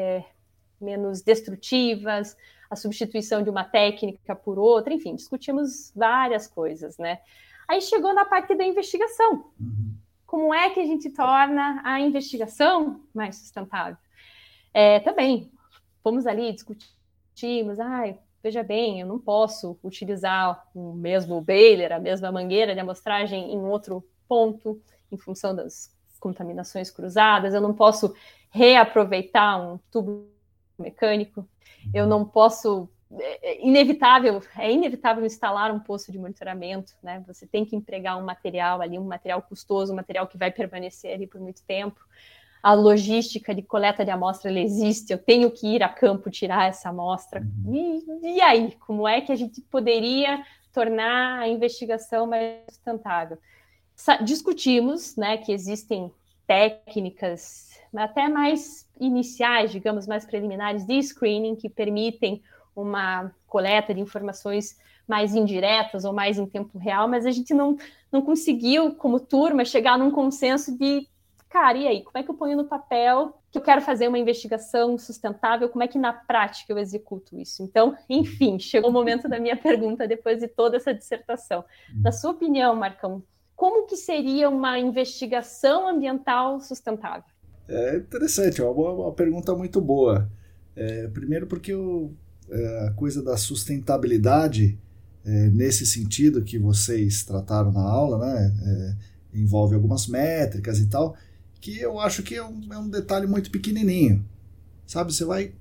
destrutivas, a substituição de uma técnica por outra, enfim, discutimos várias coisas, né? Aí chegou na parte da investigação. Como é que a gente torna a investigação mais sustentável? Também, fomos ali, discutimos, veja bem, eu não posso utilizar o mesmo baler, a mesma mangueira de amostragem em outro ponto, em função das contaminações cruzadas, eu não posso reaproveitar um tubo mecânico, eu não posso... É inevitável instalar um posto de monitoramento, né? Você tem que empregar um material ali, um material custoso, um material que vai permanecer ali por muito tempo. A logística de coleta de amostra, ela existe, eu tenho que ir a campo tirar essa amostra. E aí, como é que a gente poderia tornar a investigação mais sustentável? Discutimos, né, que existem técnicas até mais iniciais, digamos, mais preliminares de screening que permitem uma coleta de informações mais indiretas ou mais em tempo real, mas a gente não conseguiu, como turma, chegar num consenso de, cara, e aí, como é que eu ponho no papel que eu quero fazer uma investigação sustentável, como é que na prática eu executo isso? Então, enfim, chegou o momento da minha pergunta depois de toda essa dissertação. Na sua opinião, Marcão, como que seria uma investigação ambiental sustentável? É interessante, é uma pergunta muito boa. Primeiro porque a coisa da sustentabilidade, nesse sentido que vocês trataram na aula, né, envolve algumas métricas e tal, que eu acho que é um detalhe muito pequenininho. Sabe, você vai...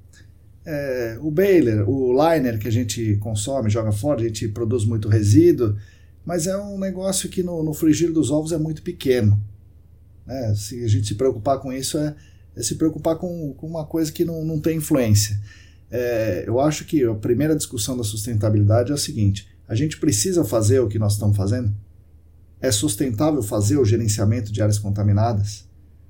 o baler, o liner que a gente consome, joga fora, a gente produz muito resíduo, mas é um negócio que no frigir dos ovos é muito pequeno. Se a gente se preocupar com isso, é se preocupar com uma coisa que não tem influência. Eu acho que a primeira discussão da sustentabilidade é o seguinte: a gente precisa fazer o que nós estamos fazendo? É sustentável fazer o gerenciamento de áreas contaminadas?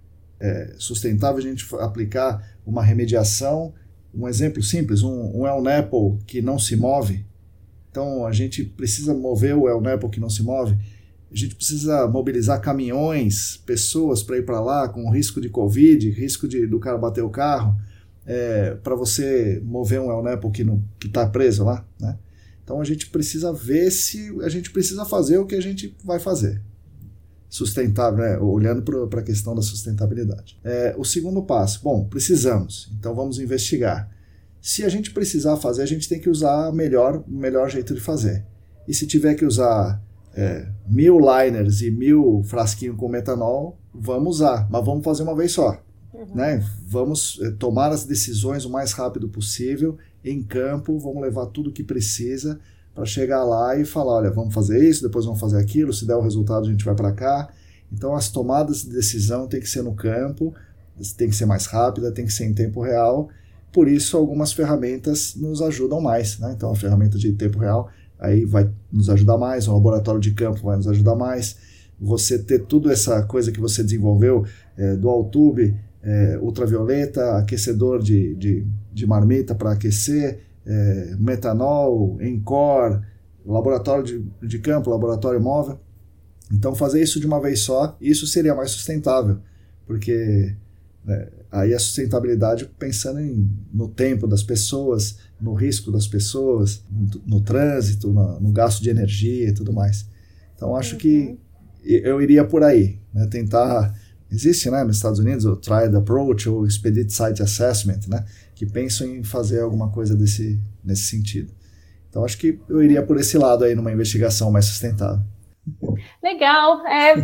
É sustentável a gente aplicar uma remediação? Um exemplo simples, um ELNEPL que não se move. Então a gente precisa mover o ELNEPL que não se move. A gente precisa mobilizar caminhões, pessoas para ir para lá com risco de Covid, risco do cara bater o carro, para você mover um ELNEPL que está preso lá, né? Então a gente precisa ver se a gente precisa fazer o que a gente vai fazer. sustentável, né? Olhando para a questão da sustentabilidade. O segundo passo, bom, precisamos, então vamos investigar. Se a gente precisar fazer, a gente tem que usar o melhor jeito de fazer. E se tiver que usar 1000 liners e 1000 frasquinhos com metanol, vamos usar, mas vamos fazer uma vez só. Né? Vamos tomar as decisões o mais rápido possível, em campo, vamos levar tudo o que precisa para chegar lá e falar, olha, vamos fazer isso, depois vamos fazer aquilo, se der o resultado a gente vai para cá. Então as tomadas de decisão tem que ser no campo, tem que ser mais rápida, tem que ser em tempo real. Por isso, algumas ferramentas nos ajudam mais, né? Então, a ferramenta de tempo real aí vai nos ajudar mais, o laboratório de campo vai nos ajudar mais. Você ter tudo essa coisa que você desenvolveu, dual tube, ultravioleta, aquecedor de marmita para aquecer, metanol, Encore, laboratório de campo, laboratório móvel. Então, fazer isso de uma vez só, isso seria mais sustentável, porque... aí a sustentabilidade pensando no tempo das pessoas, no risco das pessoas, no trânsito, no gasto de energia e tudo mais. Então acho que eu iria por aí, né? Tentar, existe, né, nos Estados Unidos o Triad Approach ou Expedite Site Assessment, né, que pensam em fazer alguma coisa nesse sentido. Então acho que eu iria por esse lado aí numa investigação mais sustentável. Legal.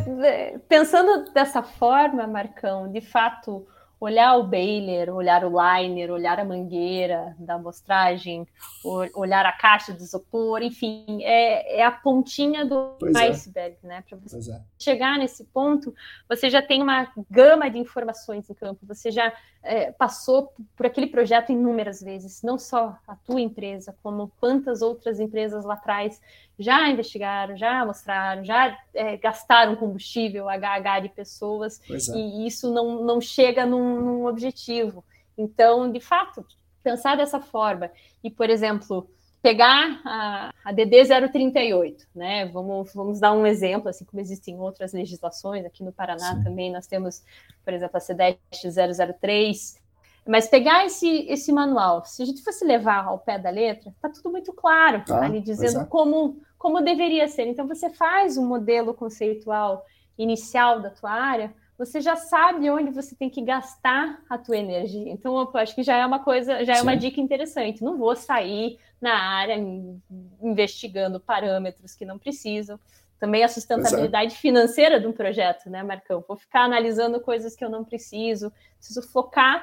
Pensando dessa forma, Marcão, de fato, olhar o baler, olhar o liner, olhar a mangueira da amostragem, olhar a caixa de isopor, enfim, é a pontinha do iceberg, né? Para você chegar nesse ponto, você já tem uma gama de informações em campo, você já passou por aquele projeto inúmeras vezes, não só a tua empresa, como quantas outras empresas lá atrás já investigaram, já mostraram, já gastaram combustível, HH de pessoas, e isso não chega num objetivo. Então, de fato, pensar dessa forma, e, por exemplo, pegar a DD 038, né? Vamos dar um exemplo, assim como existem outras legislações, aqui no Paraná também nós temos, por exemplo, a CDEST 003, mas pegar esse manual, se a gente fosse levar ao pé da letra, está tudo muito claro, ali dizendo como deveria ser. Então, você faz um modelo conceitual inicial da tua área, você já sabe onde você tem que gastar a tua energia. Então, eu acho que já é uma coisa, já é uma dica interessante. Não vou sair na área investigando parâmetros que não precisam. Também a sustentabilidade financeira de um projeto, né, Marcão? Vou ficar analisando coisas que eu não preciso focar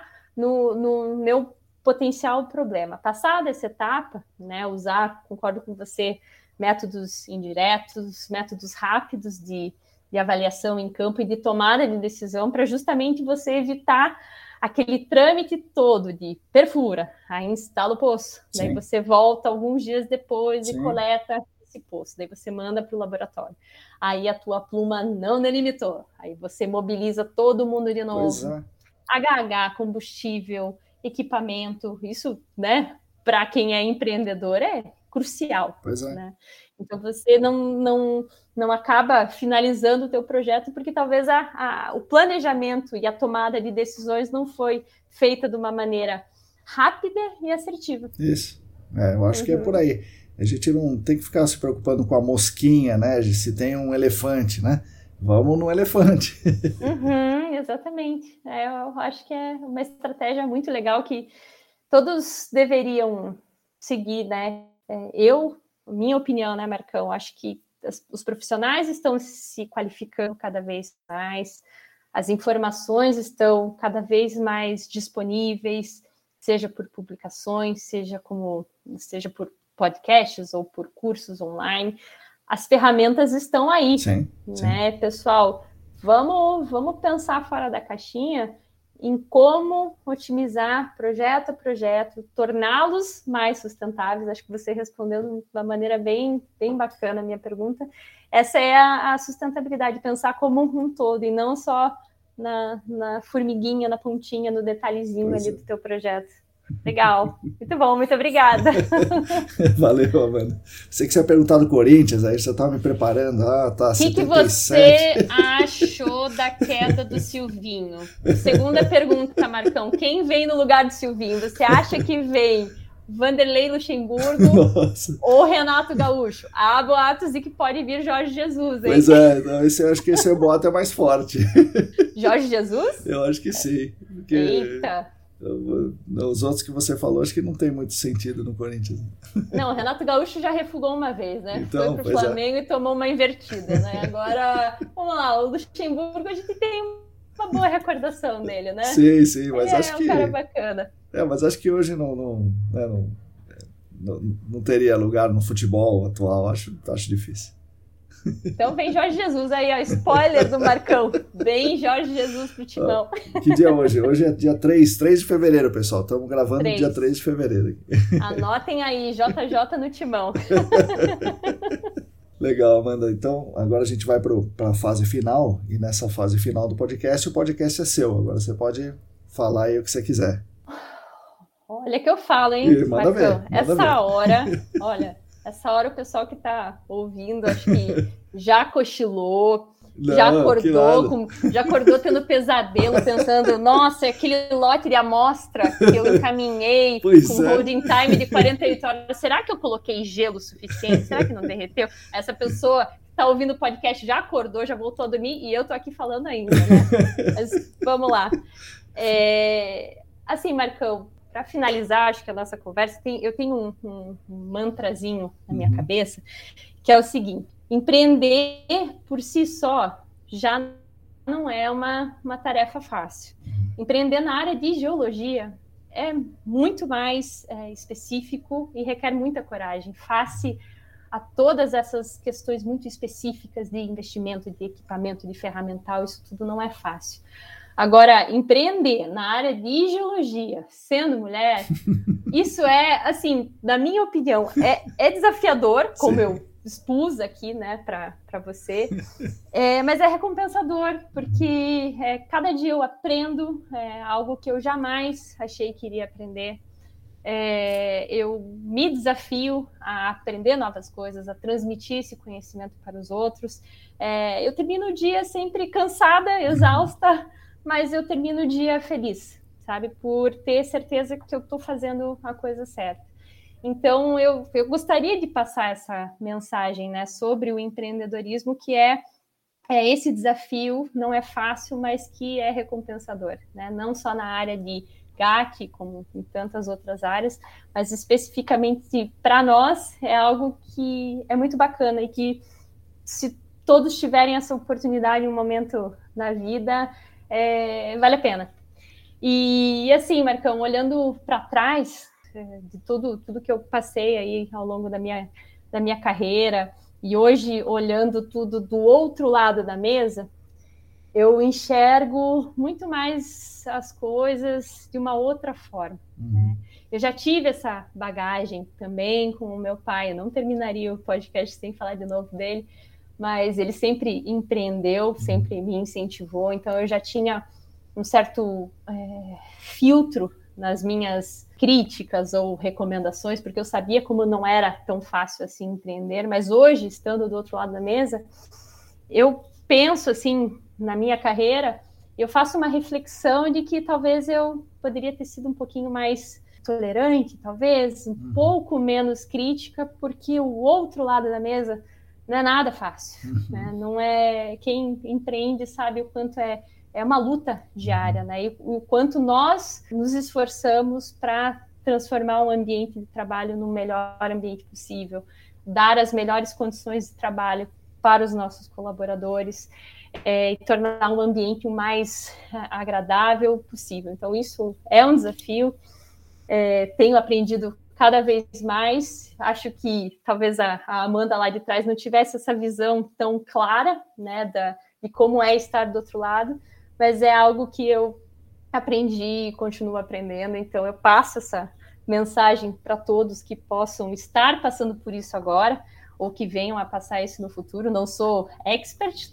no meu potencial problema. Passada essa etapa, né, concordo com você, métodos indiretos, métodos rápidos de avaliação em campo e de tomada de decisão para justamente você evitar aquele trâmite todo de perfura, aí instala o poço, daí você volta alguns dias depois e coleta esse poço, daí você manda para o laboratório. Aí a tua pluma não delimitou, aí você mobiliza todo mundo de novo. HH, combustível, equipamento, isso, né, para quem é empreendedor é crucial. Né? Então você não acaba finalizando o teu projeto porque talvez o planejamento e a tomada de decisões não foi feita de uma maneira rápida e assertiva. Isso, eu acho que é por aí. A gente não tem que ficar se preocupando com a mosquinha, né? Se tem um elefante, né? Vamos no elefante. Exatamente. Eu acho que é uma estratégia muito legal que todos deveriam seguir, né? Minha opinião, né, Marcão? Acho que os profissionais estão se qualificando cada vez mais, as informações estão cada vez mais disponíveis, seja por publicações, seja por podcasts ou por cursos online. As ferramentas estão aí, né, pessoal? Vamos pensar fora da caixinha em como otimizar projeto a projeto, torná-los mais sustentáveis. Acho que você respondeu de uma maneira bem bacana a minha pergunta. Essa é a sustentabilidade, pensar como um todo e não só na formiguinha, na pontinha, no detalhezinho ali do teu projeto. Legal, muito bom, muito obrigada. Valeu, Amanda. Você que você ia perguntar do Corinthians, aí você estava me preparando. Tá, o que você achou da queda do Silvinho? Segunda pergunta, Marcão. Quem vem no lugar do Silvinho? Você acha que vem Vanderlei Luxemburgo Nossa. ou Renato Gaúcho. Há boatos de que pode vir Jorge Jesus, hein? Pois é, não, eu acho que esse boato é mais forte. Jorge Jesus? Eu acho que sim. Porque Eita! os outros que você falou, acho que não tem muito sentido no Corinthians. Não, o Renato Gaúcho já refugou uma vez, né? Então, foi pro Flamengo e tomou uma invertida, né? Agora, vamos lá, o Luxemburgo, a gente tem uma boa recordação dele, né? Sim, mas ele acho que... É um cara bacana. Mas acho que hoje não teria lugar no futebol atual, acho difícil. Então vem Jorge Jesus aí, ó, spoiler do Marcão. Vem Jorge Jesus pro Timão. Que dia é hoje? Hoje é dia 3 de fevereiro, pessoal. Estamos gravando no dia 3 de fevereiro. Anotem aí, JJ no Timão. Legal, Amanda. Então, agora a gente vai para a fase final, e nessa fase final do podcast, o podcast é seu. Agora você pode falar aí o que você quiser. Olha que eu falo, hein, Marcão? Essa hora o pessoal que está ouvindo, acho que já cochilou, já acordou tendo pesadelo, pensando, nossa, aquele lote de amostra que eu encaminhei com holding time de 48 horas, será que eu coloquei gelo suficiente? Será que não derreteu? Essa pessoa que está ouvindo o podcast já acordou, já voltou a dormir e eu estou aqui falando ainda, né? Mas vamos lá. Assim, Marcão, para finalizar, acho que a nossa conversa, eu tenho um mantrazinho na minha cabeça, que é o seguinte: empreender por si só já não é uma tarefa fácil. Empreender na área de geologia é muito mais específico e requer muita coragem, face a todas essas questões muito específicas de investimento, de equipamento, de ferramental, isso tudo não é fácil. Agora, empreender na área de geologia, sendo mulher, isso é, assim, na minha opinião, é desafiador, como eu expus aqui, né, para você, mas é recompensador, porque cada dia eu aprendo algo que eu jamais achei que iria aprender. Eu me desafio a aprender novas coisas, a transmitir esse conhecimento para os outros. Eu termino o dia sempre cansada, exausta, mas eu termino o dia feliz, sabe? Por ter certeza que eu estou fazendo a coisa certa. Então, eu gostaria de passar essa mensagem, né, sobre o empreendedorismo, que é esse desafio, não é fácil, mas que é recompensador, né? Não só na área de GAC, como em tantas outras áreas, mas especificamente para nós é algo que é muito bacana e que, se todos tiverem essa oportunidade em um momento na vida, vale a pena. E assim, Marcão, olhando para trás de tudo que eu passei aí ao longo da minha carreira, e hoje olhando tudo do outro lado da mesa, eu enxergo muito mais as coisas de uma outra forma, né? Eu já tive essa bagagem também com o meu pai, eu não terminaria o podcast sem falar de novo dele, mas ele sempre empreendeu, sempre me incentivou, então eu já tinha um certo filtro nas minhas críticas ou recomendações, porque eu sabia como não era tão fácil assim empreender, mas hoje, estando do outro lado da mesa, eu penso assim, na minha carreira, eu faço uma reflexão de que talvez eu poderia ter sido um pouquinho mais tolerante, talvez, um pouco menos crítica, porque o outro lado da mesa não é nada fácil, né? Não é, quem empreende sabe o quanto é uma luta diária, né? E o quanto nós nos esforçamos para transformar um ambiente de trabalho no melhor ambiente possível, dar as melhores condições de trabalho para os nossos colaboradores, e tornar um ambiente o mais agradável possível. Então, isso é um desafio. Tenho aprendido cada vez mais. Acho que talvez a Amanda lá de trás não tivesse essa visão tão clara, né, de como é estar do outro lado, mas é algo que eu aprendi e continuo aprendendo. Então, eu passo essa mensagem para todos que possam estar passando por isso agora, ou que venham a passar isso no futuro. Não sou expert,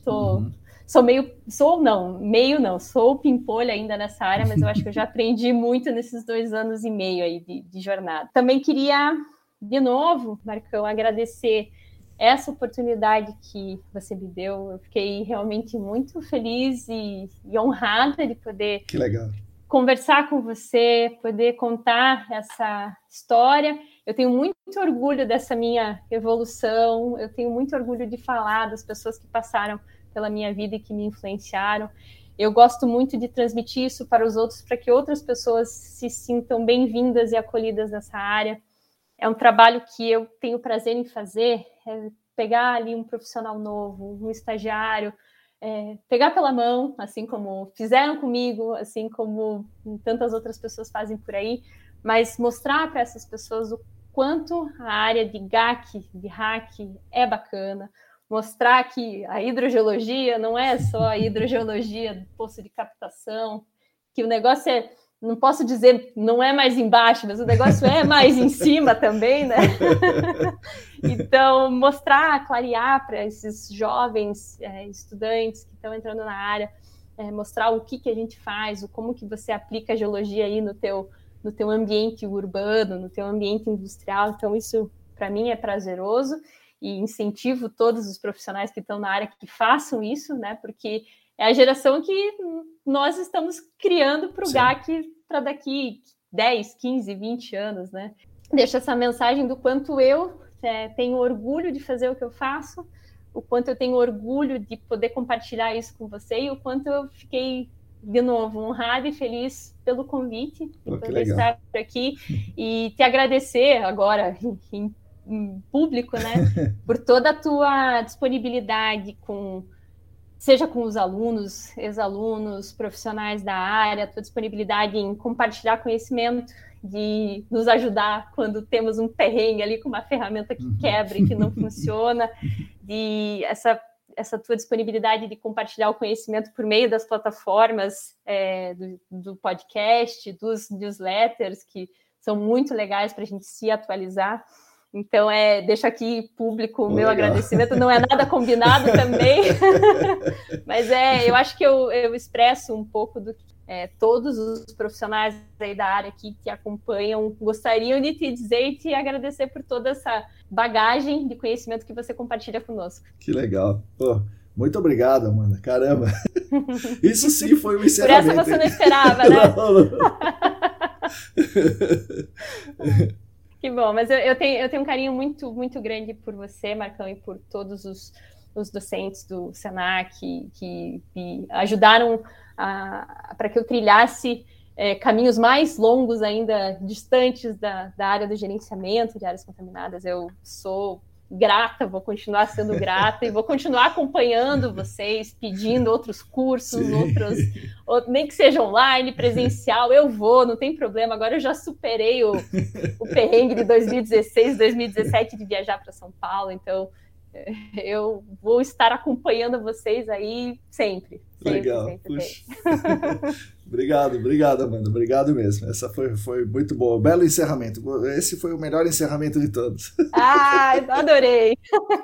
sou pimpolha ainda nessa área, mas eu acho que eu já aprendi muito nesses 2 anos e meio aí de jornada. Também queria, de novo, Marcão, agradecer essa oportunidade que você me deu. Eu fiquei realmente muito feliz e honrada de poder conversar com você, poder contar essa história. Eu tenho muito orgulho dessa minha evolução, eu tenho muito orgulho de falar das pessoas que passaram pela minha vida e que me influenciaram. Eu gosto muito de transmitir isso para os outros, para que outras pessoas se sintam bem-vindas e acolhidas nessa área. É um trabalho que eu tenho prazer em fazer, é pegar ali um profissional novo, um estagiário, pegar pela mão, assim como fizeram comigo, assim como tantas outras pessoas fazem por aí, mas mostrar para essas pessoas o quanto a área de GAC, de hack, é bacana, mostrar que a hidrogeologia não é só a hidrogeologia do poço de captação, que o negócio é, não posso dizer, não é mais embaixo, mas o negócio é mais em cima também, né? Então, mostrar, clarear para esses jovens estudantes que estão entrando na área, mostrar o que a gente faz, como que você aplica a geologia aí no teu ambiente urbano, no teu ambiente industrial. Então, isso, para mim, é prazeroso e incentivo todos os profissionais que estão na área que façam isso, né? Porque é a geração que nós estamos criando para o GAC para daqui 10, 15, 20 anos, né? Deixo essa mensagem do quanto eu tenho orgulho de fazer o que eu faço, o quanto eu tenho orgulho de poder compartilhar isso com você e o quanto eu fiquei, de novo, honrada e feliz pelo convite, por poder estar aqui e te agradecer agora em público, né, por toda a tua disponibilidade seja com os alunos, ex-alunos, profissionais da área, a tua disponibilidade em compartilhar conhecimento, de nos ajudar quando temos um perrengue ali com uma ferramenta que quebra e que não funciona, de essa tua disponibilidade de compartilhar o conhecimento por meio das plataformas do podcast, dos newsletters, que são muito legais para a gente se atualizar. Então, deixo aqui público o meu agradecimento. Não é nada combinado também, mas eu acho que eu expresso um pouco do que todos os profissionais aí da área que te acompanham gostariam de te dizer e te agradecer por toda essa bagagem de conhecimento que você compartilha conosco. Que legal. Pô, muito obrigado, Amanda. Caramba. Isso sim foi um encerramento. Por essa você não esperava, né? Não. Que bom, mas eu tenho um carinho muito, muito grande por você, Marcão, e por todos os docentes do Senac que me ajudaram para que eu trilhasse caminhos mais longos ainda, distantes da área do gerenciamento de áreas contaminadas. Eu sou grata, vou continuar sendo grata e vou continuar acompanhando vocês, pedindo outros cursos, nem que seja online, presencial, eu vou, não tem problema. Agora eu já superei o perrengue de 2016, 2017 de viajar para São Paulo, então eu vou estar acompanhando vocês aí sempre. Legal. Sempre. Obrigado, Amanda. Obrigado mesmo. Essa foi muito boa. Belo encerramento. Esse foi o melhor encerramento de todos. Adorei.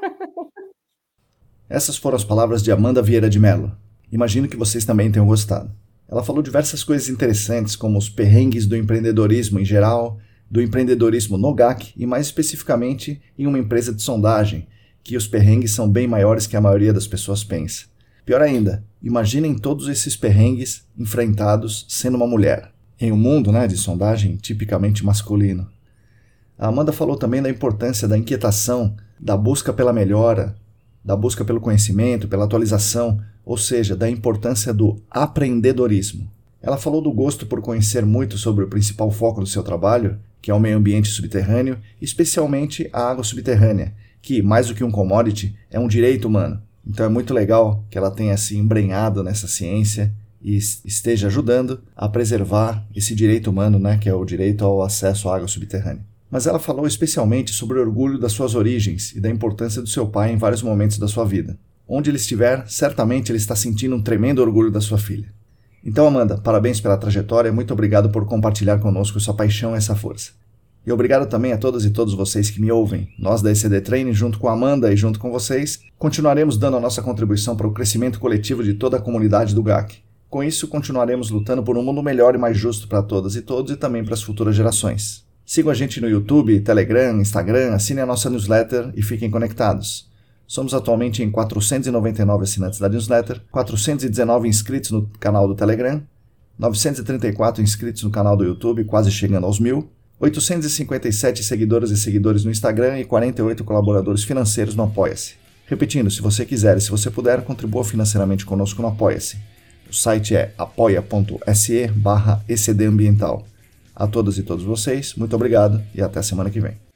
Essas foram as palavras de Amanda Vieira de Mello. Imagino que vocês também tenham gostado. Ela falou diversas coisas interessantes, como os perrengues do empreendedorismo em geral, do empreendedorismo no GAC e mais especificamente em uma empresa de sondagem, que os perrengues são bem maiores que a maioria das pessoas pensa. Pior ainda, imaginem todos esses perrengues enfrentados sendo uma mulher, em um mundo de sondagem tipicamente masculino. A Amanda falou também da importância da inquietação, da busca pela melhora, da busca pelo conhecimento, pela atualização, ou seja, da importância do apreendedorismo. Ela falou do gosto por conhecer muito sobre o principal foco do seu trabalho, que é o meio ambiente subterrâneo, especialmente a água subterrânea, que, mais do que um commodity, é um direito humano. Então é muito legal que ela tenha se embrenhado nessa ciência e esteja ajudando a preservar esse direito humano, que é o direito ao acesso à água subterrânea. Mas ela falou especialmente sobre o orgulho das suas origens e da importância do seu pai em vários momentos da sua vida. Onde ele estiver, certamente ele está sentindo um tremendo orgulho da sua filha. Então, Amanda, parabéns pela trajetória, muito obrigado por compartilhar conosco sua paixão e essa força. E obrigado também a todas e todos vocês que me ouvem. Nós da ECD Training, junto com a Amanda e junto com vocês, continuaremos dando a nossa contribuição para o crescimento coletivo de toda a comunidade do GAC. Com isso, continuaremos lutando por um mundo melhor e mais justo para todas e todos e também para as futuras gerações. Sigam a gente no YouTube, Telegram, Instagram, assinem a nossa newsletter e fiquem conectados. Somos atualmente em 499 assinantes da newsletter, 419 inscritos no canal do Telegram, 934 inscritos no canal do YouTube, quase chegando aos 1.000, 857 seguidoras e seguidores no Instagram e 48 colaboradores financeiros no Apoia-se. Repetindo, se você quiser e se você puder, contribua financeiramente conosco no Apoia-se. O site é apoia.se/ecdambiental. A todas e todos vocês, muito obrigado e até semana que vem.